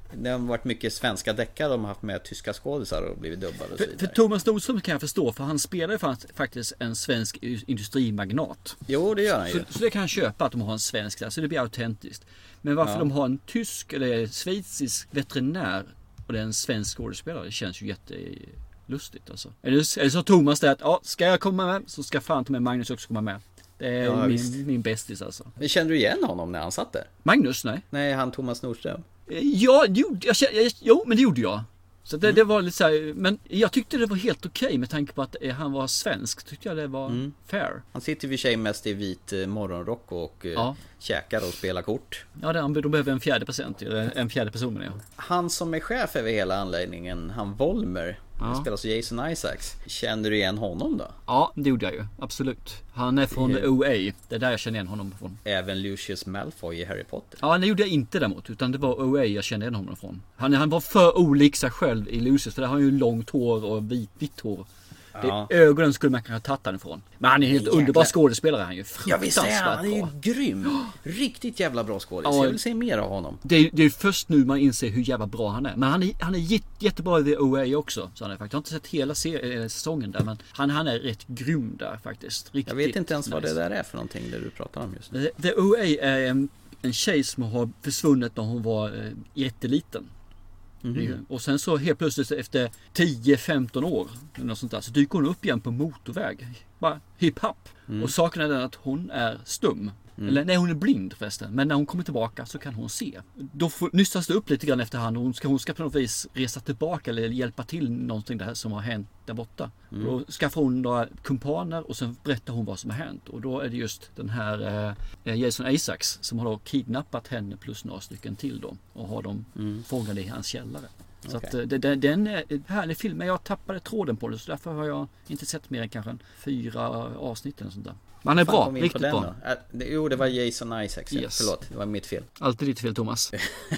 Speaker 1: Det har varit mycket svenska deckare de har haft med tyska skådisar och blivit dubbade och så vidare.
Speaker 2: För, för Thomas Nordström kan jag förstå, för han spelar ju faktiskt en svensk industrimagnat.
Speaker 1: Jo, det gör han ju.
Speaker 2: Så, så det kan jag köpa att de har en svensk där, så det blir autentiskt. Men varför ja. de har en tysk eller schweizisk veterinär och det är en svensk skådespelare, det känns ju jättelustigt alltså. Eller, eller så Thomas där att, ja, ska jag komma med så ska fan ta med Magnus också komma med. Det är ja, min, min bästis alltså.
Speaker 1: Men kände du igen honom när han satt där?
Speaker 2: Magnus, nej.
Speaker 1: Nej, han Thomas Nordström.
Speaker 2: Ja, jo, jag, jag, jo men det gjorde jag. Så det, mm. det var lite så här, men jag tyckte det var helt okej okay med tanke på att han var svensk. Tyckte jag det var mm. fair.
Speaker 1: Han sitter vid sig mest i vit morgonrock och ja. käkar och spelar kort.
Speaker 2: Ja, det, de behöver en fjärde procent, en fjärde person. Ja.
Speaker 1: Han som är chef över hela anläggningen, han Volmer, ja. spelas av Jason Isaacs. Känner du igen honom då?
Speaker 2: Ja, det gjorde jag ju, absolut. Han är från yeah. O A, det är där jag känner igen honom från.
Speaker 1: Även Lucius Malfoy i Harry Potter.
Speaker 2: Ja, det gjorde jag inte däremot, utan det var O A jag kände igen honom från. Han, han var för olik sig själv i Lucius, för där har han ju långt hår och vit, vitt hår. Ja. Ögonen skulle man kunna ha tagit han ifrån. Men han är helt jävla underbar skådespelare, han är ju
Speaker 1: fruktansvärt. Ja, visst är han, han är ju grym. Riktigt jävla bra skådespelare. Ja, jag vill se mer av honom.
Speaker 2: Det är, det är först nu man inser hur jävla bra han är. Men han är, han är jätte, jättebra i O A också. Så han är faktiskt, jag har inte sett hela se- säsongen där, men han, han är rätt grym där faktiskt. Riktigt,
Speaker 1: jag vet inte ens nice. vad det där är för någonting det du pratar om just nu.
Speaker 2: The O A är en, en tjej som har försvunnit när hon var eh, jätteliten. Mm-hmm. Och sen så helt plötsligt efter tio femton år något sånt där, så dyker hon upp igen på motorväg. Bara hiphop. Mm. Och saken är den att hon är stum. Mm. Eller nej, hon är blind förresten. Men när hon kommer tillbaka så kan hon se. Då får, nystas det upp lite grann efterhand. Hon ska, hon ska på något vis resa tillbaka eller hjälpa till någonting där som har hänt där borta. Mm. Då skaffar hon några kumpaner och sen berättar hon vad som har hänt. Och då är det just den här eh, Jason Isaacs som har då kidnappat henne plus några stycken till då. Och har dem mm. fångade i hans källare. Så okay. att det, det, det är en härlig film, men jag tappade tråden på det, så därför har jag inte sett mer än kanske fyra avsnitt eller sånt där. Men han är bra, riktigt bra.
Speaker 1: Äh, jo, det var Jason Isaacs, yes. Förlåt, det var mitt fel.
Speaker 2: Alltid ditt fel, Thomas.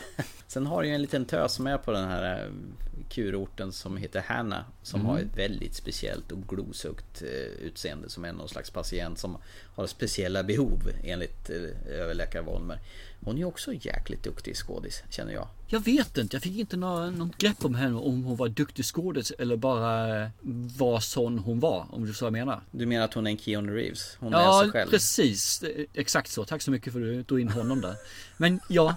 Speaker 1: Sen har du ju en liten tös med på den här kurorten som heter Hannah, som mm. har ett väldigt speciellt och glosugt eh, utseende, som är någon slags patient som har speciella behov enligt eh, överläkare Volmer. Hon är ju också jäkligt duktig skådis, känner jag.
Speaker 2: Jag vet inte, jag fick inte något, något grepp om henne, om hon var duktig skådis eller bara var sån hon var, om du så jag menar.
Speaker 1: Du menar att hon är en Keanu Reeves? Hon
Speaker 2: ja,
Speaker 1: är sig själv.
Speaker 2: Ja, precis. Exakt så. Tack så mycket för att du tog in honom där. Men ja...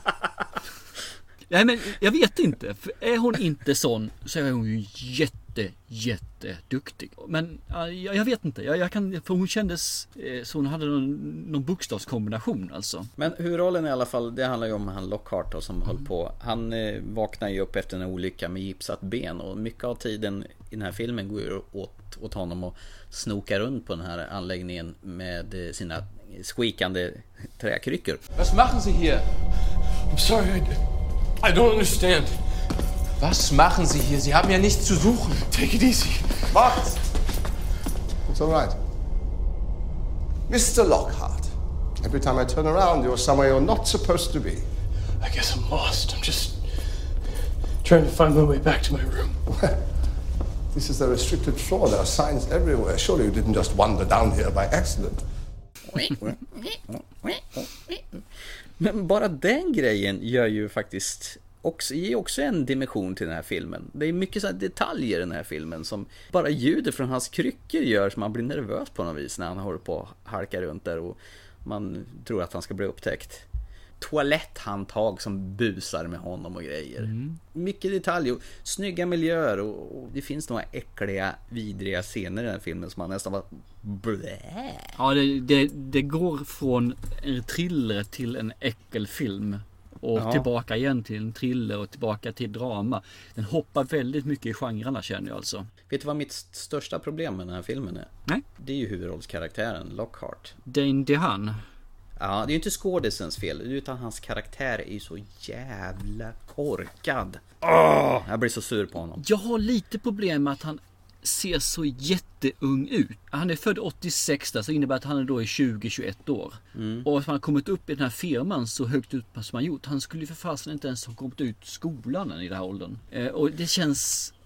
Speaker 2: Nej, men jag vet inte. För är hon inte sån så är hon ju jätte, jätte duktig. Men jag, jag vet inte. Jag, jag kan, för hon kändes eh, så hon hade någon, någon bokstavskombination alltså.
Speaker 1: Men huvudrollen i alla fall, det handlar ju om han Lockhart då, som mm. höll på. Han eh, vaknar ju upp efter en olycka med gipsat ben, och mycket av tiden i den här filmen går ju åt, åt honom och snokar runt på den här anläggningen med eh, sina squeakande träkryckor.
Speaker 10: Vad machen Sie hier? I'm sorry, I, I don't understand. Was machen Sie hier? Sie haben ja nichts zu suchen.
Speaker 11: Take it easy.
Speaker 12: What? It's all right. Mister Lockhart, every time I turn around, you're somewhere you're not supposed to be.
Speaker 11: I guess I'm lost. I'm just trying to find my way back to my room.
Speaker 12: This is a restricted floor. There are signs everywhere. Surely you didn't just wander down here by accident.
Speaker 1: Men bara den grejen gör ju faktiskt också, ger också en dimension till den här filmen. Det är mycket så här detaljer i den här filmen som bara ljudet från hans kryckor gör så man blir nervös på något vis när han håller på att halka runt där och man tror att han ska bli upptäckt. Toaletthandtag som busar med honom och grejer. Mm. Mycket detaljer, snygga miljöer och, och det finns några äckliga, vidriga scener i den här filmen som man nästan var blä.
Speaker 2: Ja, det, det, det går från en thriller till en äckelfilm och ja. tillbaka igen till en thriller och tillbaka till drama. Den hoppar väldigt mycket i genrerna, känner jag alltså.
Speaker 1: Vet du vad mitt största problem med den här filmen är?
Speaker 2: Nej.
Speaker 1: Det är ju huvudrollskaraktären Lockhart.
Speaker 2: Dane DeHaan.
Speaker 1: Ja, det är ju inte skådisens fel, utan hans karaktär är ju så jävla korkad. Åh, jag blir så sur på honom.
Speaker 2: Jag har lite problem med att han ser så jätteung ut. Han är född åttiosex där, så innebär att han är då i tjugo tjugoett år. Mm. Och att han har kommit upp i den här firman så högt upp som han gjort. Han skulle ju för fasen inte ens ha kommit ut skolan i den här åldern. Eh, och det känns...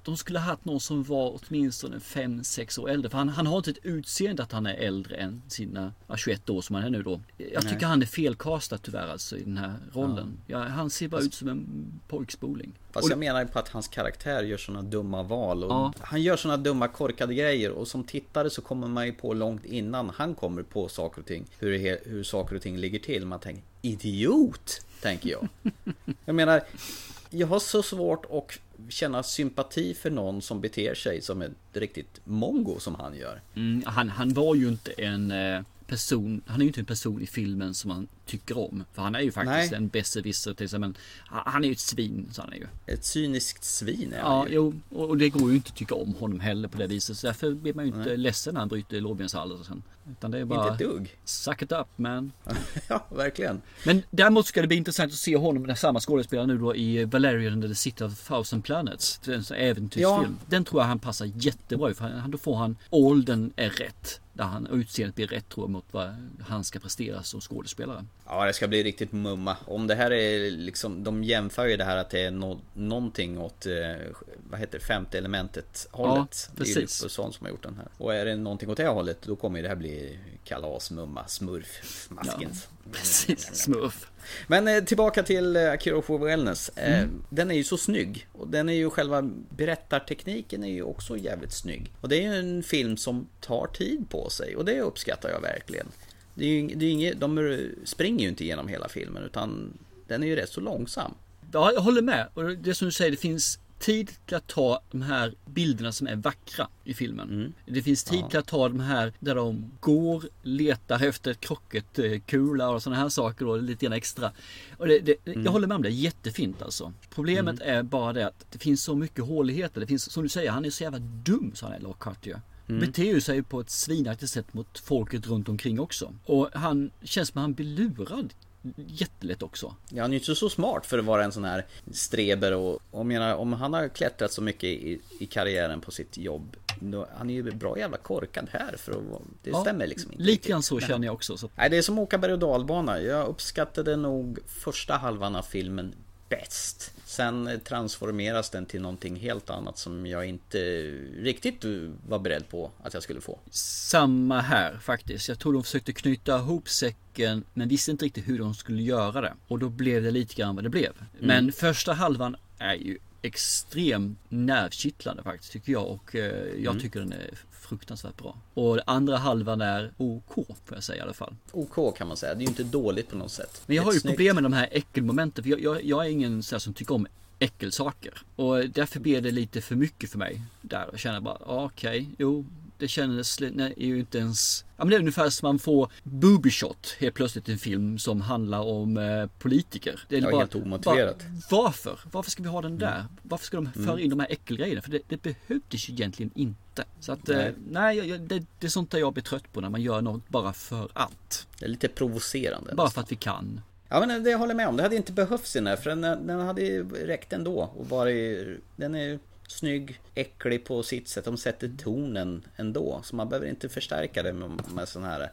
Speaker 2: de skulle ha haft någon som var åtminstone fem sex år äldre. För han, han har inte ett utseende att han är äldre än sina ja, tjugoett år som han är nu då. Jag tycker Nej. han är felkastad tyvärr alltså i den här rollen. Ja. Ja, han ser bara Fast... ut som en pojkspoling.
Speaker 1: Fast jag menar på att hans karaktär gör såna dumma val. Och ja. Han gör såna dumma korkade grejer. Och som tittare så kommer man ju på långt innan han kommer på saker och ting. Hur, hur saker och ting ligger till. Man tänker, idiot, tänker jag. Jag menar, jag har så svårt att känna sympati för någon som beter sig som ett riktigt mongo som han gör.
Speaker 2: Mm, han, han var ju inte en person, han är ju inte en person i filmen som man tycker om. För han är ju faktiskt Nej. en besserwisser till sig, men han är ju ett svin, så han är ju.
Speaker 1: Ett cyniskt svin är
Speaker 2: ja,
Speaker 1: han ju.
Speaker 2: Jo, och det går ju inte att tycka om honom heller på det viset. Så därför blir man ju inte Nej. ledsen när han bryter lårbenshalsen. Sen. Utan det är bara...
Speaker 1: Inte ett dugg.
Speaker 2: Suck it up, man.
Speaker 1: Ja, verkligen.
Speaker 2: Men däremot ska det bli intressant att se honom, den samma skådespelare nu då i Valerian and the City of Thousand Planets. Det är en sån äventyrsfilm. Ja. Den tror jag han passar jättebra i, för han, då får han åldern är rätt. Där han utseendet blir rätt, tror jag, mot vad han ska prestera som skådespelare.
Speaker 1: Ja, det ska bli riktigt mumma. Om det här är liksom, de jämför ju det här att det är no, någonting åt, eh, vad heter det, femte elementet hållet.
Speaker 2: Ja, precis.
Speaker 1: Det är ju sånt som har gjort den här. Och är det någonting åt det hållet, då kommer det här bli kalas, mumma, smurf, maskens.
Speaker 2: Ja, precis, smurf.
Speaker 1: Men eh, tillbaka till eh, Cure for Wellness. Eh, mm. Den är ju så snygg. Och den är ju, själva berättartekniken är ju också jävligt snygg. Och det är ju en film som tar tid på sig. Och det uppskattar jag verkligen. Det är ju, det är inget, de springer ju inte igenom hela filmen, utan den är ju rätt så långsam.
Speaker 2: Ja, jag håller med. Och det som du säger, det finns tid till att ta de här bilderna som är vackra i filmen. Mm. Det finns tid ja. till att ta de här där de går, letar efter ett krocketkula och sådana här saker och lite grann extra. Och det, det, mm. Jag håller med om det, jättefint alltså. Problemet mm. är bara det att det finns så mycket håligheter. Det finns, som du säger, han är så jävla dum, så han är Lockhart ju. Mm. Beter ju sig på ett svinaktigt sätt mot folket runt omkring också. Och han känns som att han blir lurad jättelätt också. Ja,
Speaker 1: han är ju inte så smart för att vara en sån här streber. Och, och menar, om han har klättrat så mycket i, i karriären på sitt jobb, då, han är ju bra jävla korkad här för att, det ja, stämmer liksom inte.
Speaker 2: Lite grann så känner jag också. Så.
Speaker 1: Nej, det är som åka berg- och dalbana. Jag uppskattade nog första halvan av filmen bäst. Sen transformeras den till någonting helt annat som jag inte riktigt var beredd på att jag skulle få.
Speaker 2: Samma här faktiskt. Jag tror de försökte knyta ihop säcken, men visste inte riktigt hur de skulle göra det. Och då blev det lite grann vad det blev. Mm. Men första halvan är ju extremt nervkittlande faktiskt, tycker jag. Och eh, jag mm. tycker den är fruktansvärt bra. Och andra halvan är OK, får jag säga i alla fall.
Speaker 1: OK kan man säga. Det är ju inte dåligt på något sätt.
Speaker 2: Men jag har ju snyggt problem med de här äckelmomenten. För jag, jag, jag är ingen så här som tycker om äckelsaker. Och därför blir det lite för mycket för mig där. Jag känner bara, ah, okej, okay, jo, det kändes, nej, är ju inte ens... Ja, men det är ungefär som man får booby shot helt plötsligt i en film som handlar om eh, politiker. Det är
Speaker 1: ja,
Speaker 2: bara,
Speaker 1: helt omotiverat.
Speaker 2: Bara, varför? Varför ska vi ha den där? Mm. Varför ska de föra in mm. de här äckelgrejerna? För det, det behövdes ju egentligen inte. Så att, nej, eh, nej jag, det, det är sånt där jag blir trött på när man gör något bara för att.
Speaker 1: Det är lite provocerande.
Speaker 2: Bara för att vi kan.
Speaker 1: Ja, men det jag håller med om. Det hade inte behövts i den här, för den, den hade räckt ändå. Och bara, den är snygg, äcklig på sitt sätt. De sätter tonen ändå. Så man behöver inte förstärka det med, med sån här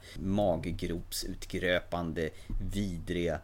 Speaker 1: maggropsutgröpande, vidriga,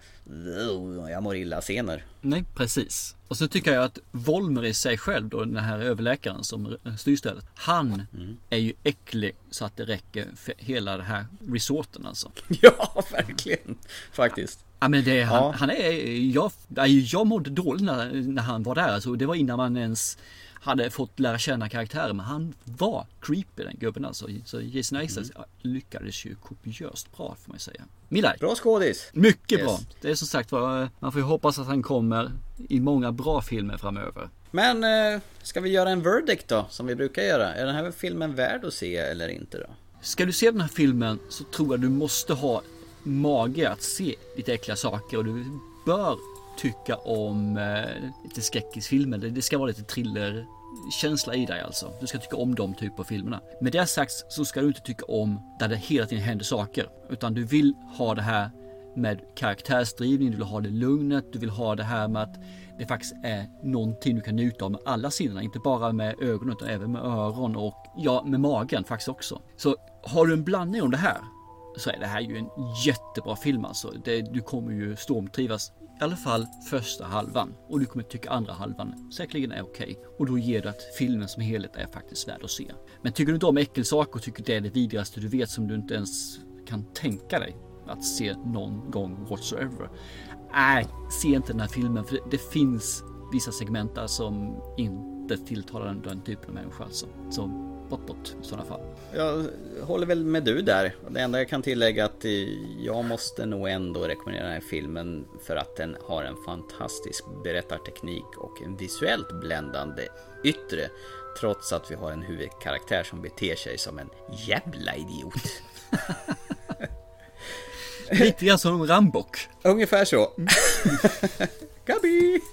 Speaker 1: jag mår illa scener.
Speaker 2: Nej, precis. Och så tycker jag att Volmer i sig själv då, den här överläkaren som styr stället, han mm. är ju äcklig så att det räcker för hela det här resorten alltså.
Speaker 1: Ja, verkligen. Faktiskt.
Speaker 2: Ja, men det, han, ja. han är, jag, jag mådde dåligt när, när han var där. Alltså, det var innan man ens hade fått lära känna karaktären. Men han var creepy, den gubben alltså. Så Jason Isaacs mm. lyckades ju kopiöst bra, får man säga. Milaj.
Speaker 1: Bra skådis.
Speaker 2: Mycket yes. bra. Det är som sagt, man får ju hoppas att han kommer i många bra filmer framöver.
Speaker 1: Men ska vi göra en verdict då, som vi brukar göra? Är den här filmen värd att se eller inte då?
Speaker 2: Ska du se den här filmen så tror jag du måste ha mage att se lite äckliga saker, och du bör tycka om eh, lite skräckisfilmer. Det, det ska vara lite thrillerkänsla i dig alltså. Du ska tycka om de typer av filmerna. Med det sagt så ska du inte tycka om där det hela tiden händer saker, utan du vill ha det här med karaktärsdrivning, du vill ha det lugnet, du vill ha det här med att det faktiskt är någonting du kan njuta av med alla sinnena, inte bara med ögonen utan även med öron och ja, med magen faktiskt också. Så har du en blandning om det här, så är det här ju en jättebra film alltså. Det, du kommer ju stormtrivas i alla fall första halvan. Och du kommer tycka andra halvan säkerligen är okej. Okay. Och då ger det att filmen som helhet är faktiskt värd att se. Men tycker du inte om äckelsaker och tycker det är det vidrigaste du vet som du inte ens kan tänka dig att se någon gång whatsoever. Nej, se inte den här filmen för det, det finns vissa segment där som inte tilltalar den, den typen av människa alltså. Så bort bort i sådana fall.
Speaker 1: Jag håller väl med du där. Det enda jag kan tillägga att jag måste nog ändå rekommendera den här filmen för att den har en fantastisk berättarteknik och en visuellt bländande yttre, trots att vi har en huvudkaraktär som beter sig som en jävla idiot.
Speaker 2: Lite grann som en Rambock.
Speaker 1: Ungefär så. Gabi!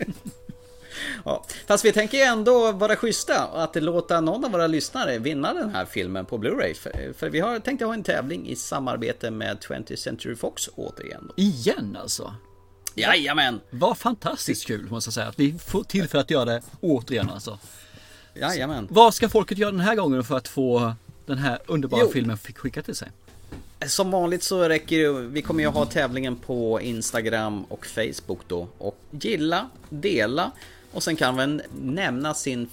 Speaker 1: Ja, fast vi tänker ju ändå vara schyssta och att låta någon av våra lyssnare vinna den här filmen på Blu-ray. För, för vi har tänkt att ha en tävling i samarbete med twentieth Century Fox återigen. Då.
Speaker 2: Igen alltså?
Speaker 1: Jajamän!
Speaker 2: Vad fantastiskt kul måste jag säga att vi får tillfälle att göra det återigen alltså.
Speaker 1: Jajamän.
Speaker 2: Vad ska folket göra den här gången för att få den här underbara jo. filmen skickad till sig?
Speaker 1: Som vanligt så räcker det, vi kommer ju ha tävlingen på Instagram och Facebook då. Och gilla, dela och sen kan man nämna sin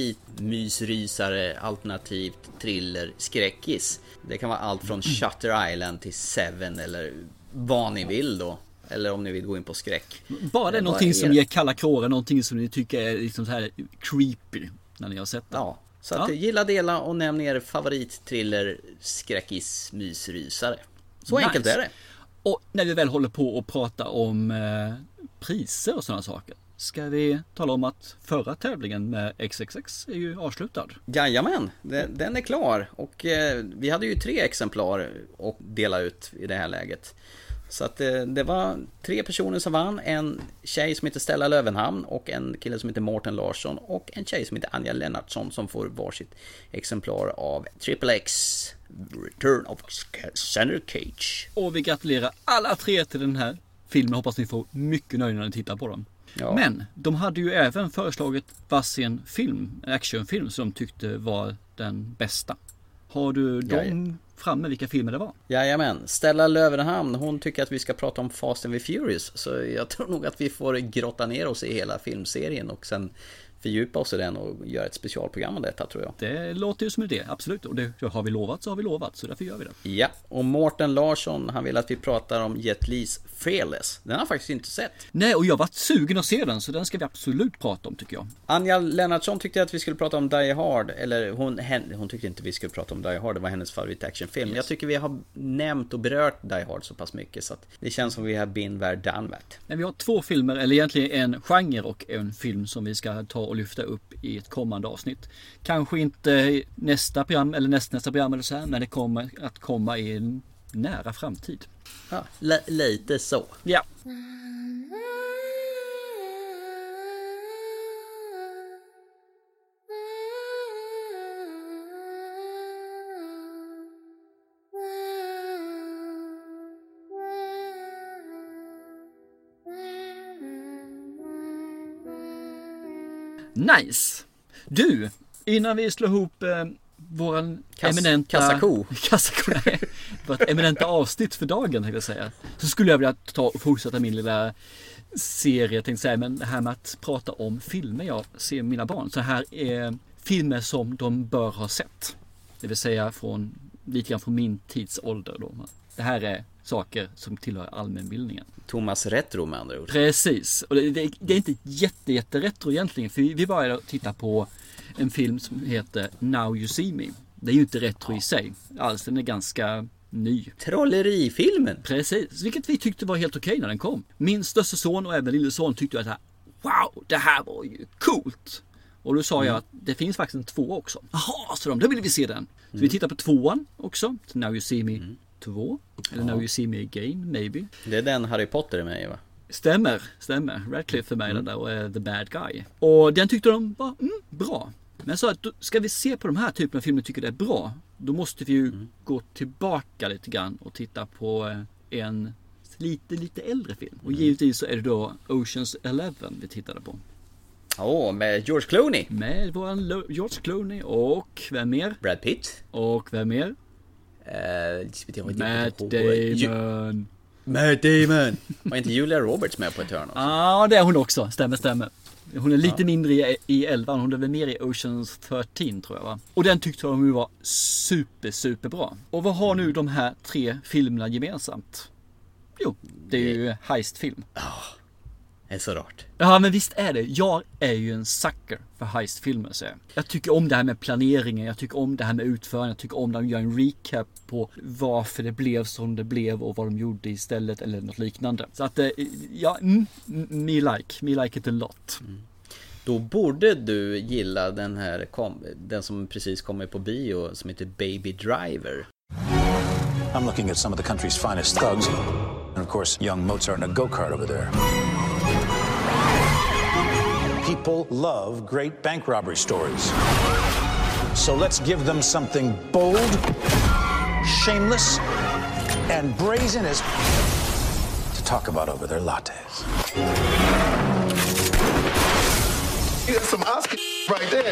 Speaker 1: favoritmysrysare, alternativt thriller, skräckis. Det kan vara allt från Shutter Island till Seven eller vad ni vill då. Eller om ni vill gå in på skräck.
Speaker 2: Bara det är någonting som ger kalla kårar, någonting som ni tycker är liksom så här creepy när ni har sett det.
Speaker 1: Ja. Så att ja. gilla, dela och nämn er favorit-thriller, skräckis, mysrysare. Så nice. Enkelt är det.
Speaker 2: Och när vi väl håller på att prata om eh, priser och sådana saker, ska vi tala om att förra tävlingen med X X X är ju avslutad.
Speaker 1: Jajamän, den, den är klar. Och eh, vi hade ju tre exemplar att dela ut i det här läget. Så att det, det var tre personer som vann. En tjej som heter Stella Lövenhamn och en kille som heter Mårten Larsson och en tjej som heter Anja Lennartsson som får varsitt exemplar av Triple X Return of Senator Cage.
Speaker 2: Och vi gratulerar alla tre till den här filmen. Hoppas ni får mycket nöjd när ni tittar på den. Ja. Men de hade ju även föreslagit varsin film, en actionfilm som de tyckte var den bästa. Har du dem framme vilka filmer det var?
Speaker 1: Jajamän, Stella Lövenhamn, hon tycker att vi ska prata om Fast and the Furious. Så jag tror nog att vi får grotta ner oss i hela filmserien och sen fördjupa oss i den och göra ett specialprogram om detta, tror jag.
Speaker 2: Det låter ju som en idé, absolut. Och det har vi lovat så har vi lovat, så därför gör vi det.
Speaker 1: Ja, och Mårten Larsson, han vill att vi pratar om Jet Lis Fearless. Den har jag faktiskt inte sett.
Speaker 2: Nej, och jag har varit sugen att se den, så den ska vi absolut prata om, tycker jag.
Speaker 1: Anja Lennartsson tyckte att vi skulle prata om Die Hard. Eller hon, hon tyckte inte vi skulle prata om Die Hard, det var hennes favorit actionfilm. Yes. Jag tycker vi har nämnt och berört Die Hard så pass mycket så att det känns som vi har been where done that.
Speaker 2: Men vi har två filmer, eller egentligen en genre och en film som vi ska ta och lyfta upp i ett kommande avsnitt. Kanske inte nästa program eller nästnästa program eller så här, men det kommer att komma i en nära framtid.
Speaker 1: Ja, l- lite så.
Speaker 2: Ja. Nice. Du, innan vi slår ihop eh, våran Kass, eminenta
Speaker 1: kassako.
Speaker 2: kassako nej, vårt eminenta avsnitt för dagen tänkte jag säga. Så skulle jag vilja ta och fortsätta min lilla serie, tänkte säga, men det här med att prata om filmer jag ser med mina barn. Så här är filmer som de bör ha sett. Det vill säga från lite grann från min tidsålder då. Det här är saker som tillhör allmänbildningen.
Speaker 1: Thomas Retro med andra ord.
Speaker 2: Precis. Och det, det, det är inte jätte, jätte retro egentligen. För vi, vi började titta på en film som heter Now You See Me. Det är ju inte retro i sig. Alls, den är ganska ny.
Speaker 1: Trollerifilmen.
Speaker 2: Precis. Vilket vi tyckte var helt okej när den kom. Min största son och även lille son tyckte att det här, wow, det här var ju coolt. Och då sa mm. jag att det finns faktiskt en två också. Jaha, så då ville vi se den. Så mm. vi tittar på tvåan också. Now You See Me mm. två. Eller ja. Now You See Me Again, maybe.
Speaker 1: Det är den Harry Potter är med, va?
Speaker 2: Stämmer, stämmer. Radcliffe är med mm. där och är the bad guy. Och den tyckte de var mm, bra. Men så att ska vi se på de här typerna av filmer och tycker det är bra, då måste vi ju mm. gå tillbaka lite grann och titta på en lite, lite äldre film. Och mm. givetvis så är det då Oceans Eleven vi tittade på.
Speaker 1: Åh, oh, med George Clooney.
Speaker 2: Med våran George Clooney och vem mer?
Speaker 1: Brad Pitt.
Speaker 2: Och vem mer?
Speaker 1: Uh,
Speaker 2: Matt Damon.
Speaker 1: Matt Damon. Var inte Julia Roberts med på ett hörn också?
Speaker 2: Ja, det är hon också. Stämmer, stämmer. Hon är lite ja. mindre i, i elvan. Hon är väl mer i Oceans tretton tror jag va. Och den tyckte jag ju var super, super bra. Och vad har nu de här tre filmerna gemensamt? Jo, det är ju heistfilm.
Speaker 1: Ja, oh, det är så rart.
Speaker 2: Ja, men visst är det. Jag är ju en sucker för heistfilmer. Så jag tycker om det här med planeringen. Jag tycker om det här med utförande. Jag tycker om att de gör en recap på varför det blev som det blev och vad de gjorde istället eller något liknande. Så att, ja, mm, me like. Me like it a lot. Mm.
Speaker 1: Då borde du gilla den här, den som precis kommer på bio som heter Baby Driver.
Speaker 13: I'm looking at some of the country's finest thugs. And of course, young Mozart in a go-kart over there. People love great bank robbery stories. So let's give them something bold, shameless, and brazen as to talk about over their lattes.
Speaker 12: You got some Oscar right there.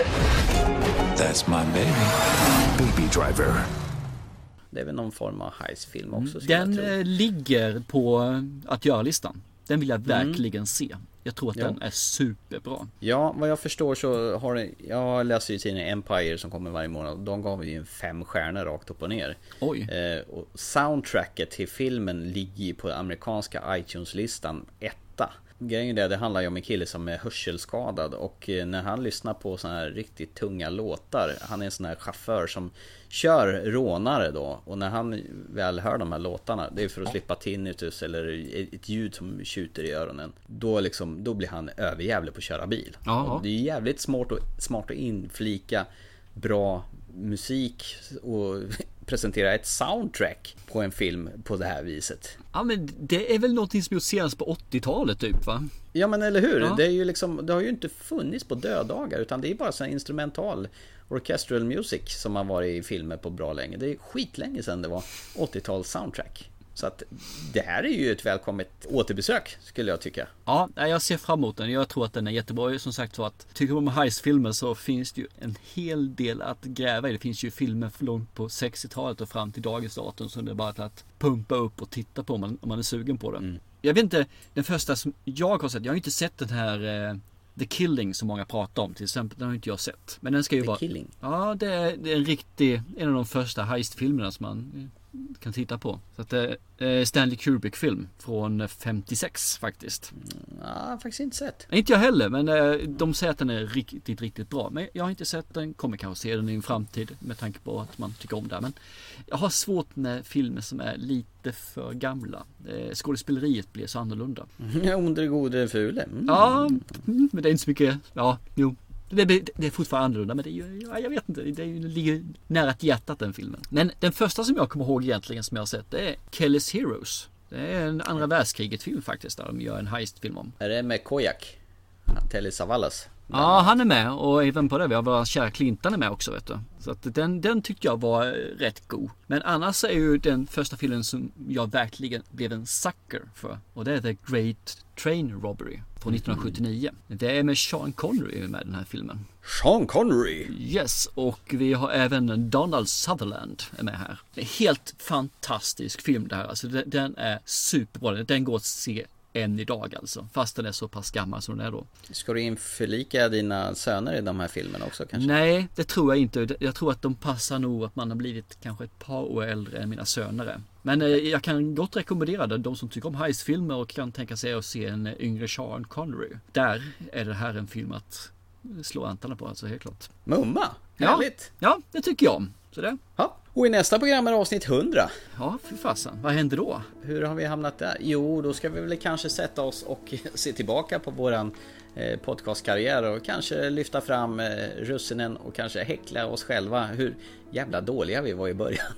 Speaker 13: That's my baby. Baby Driver.
Speaker 1: Det är väl någon form av heistfilm också.
Speaker 2: Den ligger på att göra-listan. Den vill jag verkligen mm. se. Jag tror att ja. den är superbra.
Speaker 1: Ja, vad jag förstår så har det, jag läser ju tidningen Empire som kommer varje månad. De gav ju en fem stjärnor rakt upp och ner.
Speaker 2: Oj.
Speaker 1: Eh, och soundtracket till filmen ligger ju på amerikanska iTunes-listan etta. Grejen är det handlar ju om en kille som är hörselskadad och när han lyssnar på såna här riktigt tunga låtar, han är en sån här chaufför som kör rånare då, och när han väl hör de här låtarna, det är för att slippa tinnitus eller ett ljud som tjuter i öronen, då liksom, då blir han överjävlig på att köra bil. Och det är jävligt smart och, smart att inflika bra musik och presentera ett soundtrack på en film på det här viset.
Speaker 2: Ja, men det är väl någonting som gjort senast på åttiotalet typ va?
Speaker 1: Ja, men eller hur?
Speaker 2: Ja.
Speaker 1: Det är ju liksom, det har ju inte funnits på döddagar, utan det är bara sån instrumental orchestral music som har varit i filmer på bra länge. Det är skitlänge sedan det var åttio-tals soundtrack. Så att det här är ju ett välkommet återbesök skulle jag tycka.
Speaker 2: Ja, jag ser fram emot den. Jag tror att den är jättebra. Som sagt så att tycker man om heistfilmer så finns det ju en hel del att gräva i. Det finns ju filmer för långt på sextiotalet och fram till dagens datum som det är bara till att pumpa upp och titta på om man, om man är sugen på det. Mm. Jag vet inte, den första som jag har sett, jag har inte sett den här eh, The Killing som många pratar om till exempel, den har inte jag sett. Men den ska ju
Speaker 1: The
Speaker 2: vara...
Speaker 1: Killing?
Speaker 2: Ja, det är, det är en riktig, en av de första heistfilmerna som man kan titta på. Så att det är Stanley Kubrick-film från femtiosex faktiskt.
Speaker 1: Ja, faktiskt inte sett.
Speaker 2: Inte jag heller, men de säger att den är riktigt, riktigt bra. Men jag har inte sett den, kommer kanske se den i en framtid med tanke på att man tycker om det. Men jag har svårt med filmer som är lite för gamla. Skådespeleriet blir så annorlunda.
Speaker 1: Ja, ondre, gode, fule. Mm.
Speaker 2: Ja, men det är inte så mycket, ja, jo. Det är, det är fortfarande annorlunda, men det är ju, ja, jag vet inte, det, är, det ligger nära ett hjärtat den filmen. Men den första som jag kommer ihåg egentligen som jag har sett, det är Kelly's Heroes. Det är en andra världskriget film faktiskt, där de gör en heistfilm om.
Speaker 1: Är det med Kojak? Telly Savalas?
Speaker 2: Ja, han är med, och även på det, vi har våra kära Clinton är med också, vet du. Så att den, den tyckte jag var rätt god. Men annars är ju den första filmen som jag verkligen blev en sucker för, och det är The Great Train Robbery från nittonhundrasjuttionio. Mm. Det är med Sean Connery med den här filmen.
Speaker 1: Sean Connery?
Speaker 2: Yes, och vi har även Donald Sutherland är med här. Det är helt fantastisk film det här. Alltså den är superbra. Den går att se än idag alltså, fast den är så pass gammal som den är då. Ska
Speaker 1: du införlika dina söner i de här filmerna också kanske?
Speaker 2: Nej, det tror jag inte. Jag tror att de passar nog att man har blivit kanske ett par år äldre än mina söner är. Men eh, jag kan gott rekommendera det, de som tycker om heistfilmer och kan tänka sig att se en yngre Sean Connery. Där är det här en film att slå antarna på, alltså helt klart.
Speaker 1: Mumma, härligt!
Speaker 2: Ja, ja det tycker jag om. Så det.
Speaker 1: Ja. Och i nästa program är avsnitt hundra.
Speaker 2: Ja, för fasen. Vad händer då?
Speaker 1: Hur har vi hamnat där? Jo, då ska vi väl kanske sätta oss och se tillbaka på våran eh, podcastkarriär och kanske lyfta fram eh, russinen och kanske häckla oss själva hur jävla dåliga vi var i början.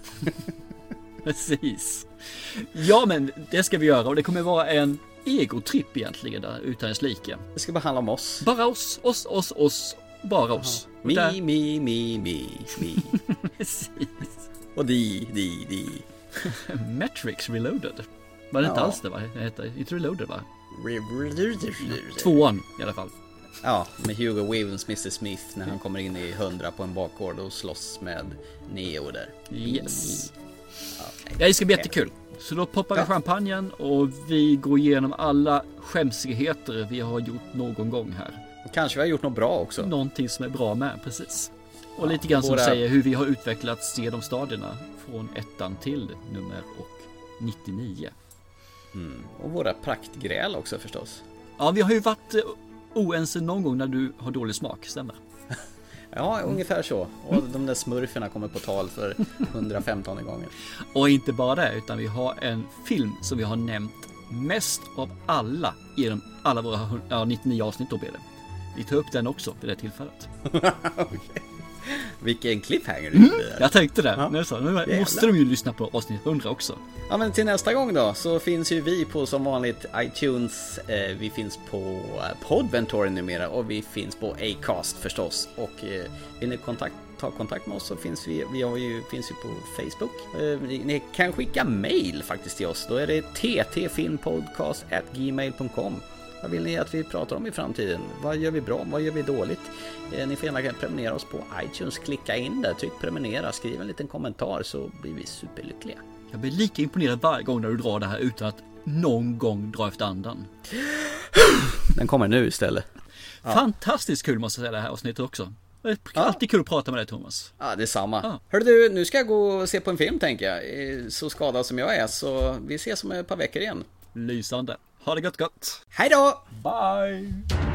Speaker 2: Precis. Ja, men det ska vi göra, och det kommer vara en egotripp egentligen där utan ens like.
Speaker 1: Det ska bara handla om oss.
Speaker 2: Bara oss, oss, oss, oss. Bara oss.
Speaker 1: Mi, där... mi, mi, mi, mi.
Speaker 2: Precis.
Speaker 1: Och di, di, di.
Speaker 2: Matrix Reloaded. Var det ja. inte alls det va? Det heter inte Reloaded va?
Speaker 1: Re-
Speaker 2: Tvåan i alla fall.
Speaker 1: Ja, med Hugo Weavens mister Smith när han kommer in i hundra på en bakgård och slåss med Neo där.
Speaker 2: Yes. Ja, det ska bli jättekul. Så då poppar vi ja. champagnen och vi går igenom alla skämsigheter vi har gjort någon gång här.
Speaker 1: Kanske vi har gjort något bra också.
Speaker 2: Någonting som är bra med, precis. Och ja, lite grann som våra... säger hur vi har utvecklats genom stadierna från ettan till nummer och nittionio.
Speaker 1: Mm. Och våra praktgräl också förstås.
Speaker 2: Ja, vi har ju varit oense någon gång när du har dålig smak, stämmer?
Speaker 1: Ja, ungefär så. Och de där smurferna kommer på tal för hundrafemton gånger.
Speaker 2: Och inte bara det, utan vi har en film som vi har nämnt mest av alla genom alla våra ja, nittionio avsnitt då blir det. Vi tar upp den också för det tillfället.
Speaker 1: Okay. Vilken cliffhanger
Speaker 2: mm, jag tänkte det. Ja. Nu, så, nu måste de ju lyssna på avsnitt hundra också.
Speaker 1: Ja, men till nästa gång då så finns ju vi på som vanligt iTunes. Eh, vi finns på Podventory numera och vi finns på Acast förstås. Och eh, vill ni kontakt, ta kontakt med oss så finns vi, vi har ju, finns ju på Facebook. Eh, ni, ni kan skicka mail faktiskt till oss. Då är det t t filmpodcast at gmail dot com. Vad vill ni att vi pratar om i framtiden? Vad gör vi bra? Vad gör vi dåligt? Eh, ni får gärna prenumerera oss på iTunes. Klicka in där, tryck prenumerera, skriv en liten kommentar så blir vi superlyckliga.
Speaker 2: Jag blir lika imponerad varje gång när du drar det här utan att någon gång dra efter andan.
Speaker 1: Den kommer nu istället.
Speaker 2: Ja. Fantastiskt kul måste jag säga det här avsnittet också. Det är alltid kul att prata med dig, Thomas.
Speaker 1: Ja, det är samma. Ja. Hörru du, nu ska jag gå och se på en film tänker jag. Så skadad som jag är, så vi ses om ett par veckor igen.
Speaker 2: Lysande. Ha det gott gott.
Speaker 1: Hej då!
Speaker 2: Bye!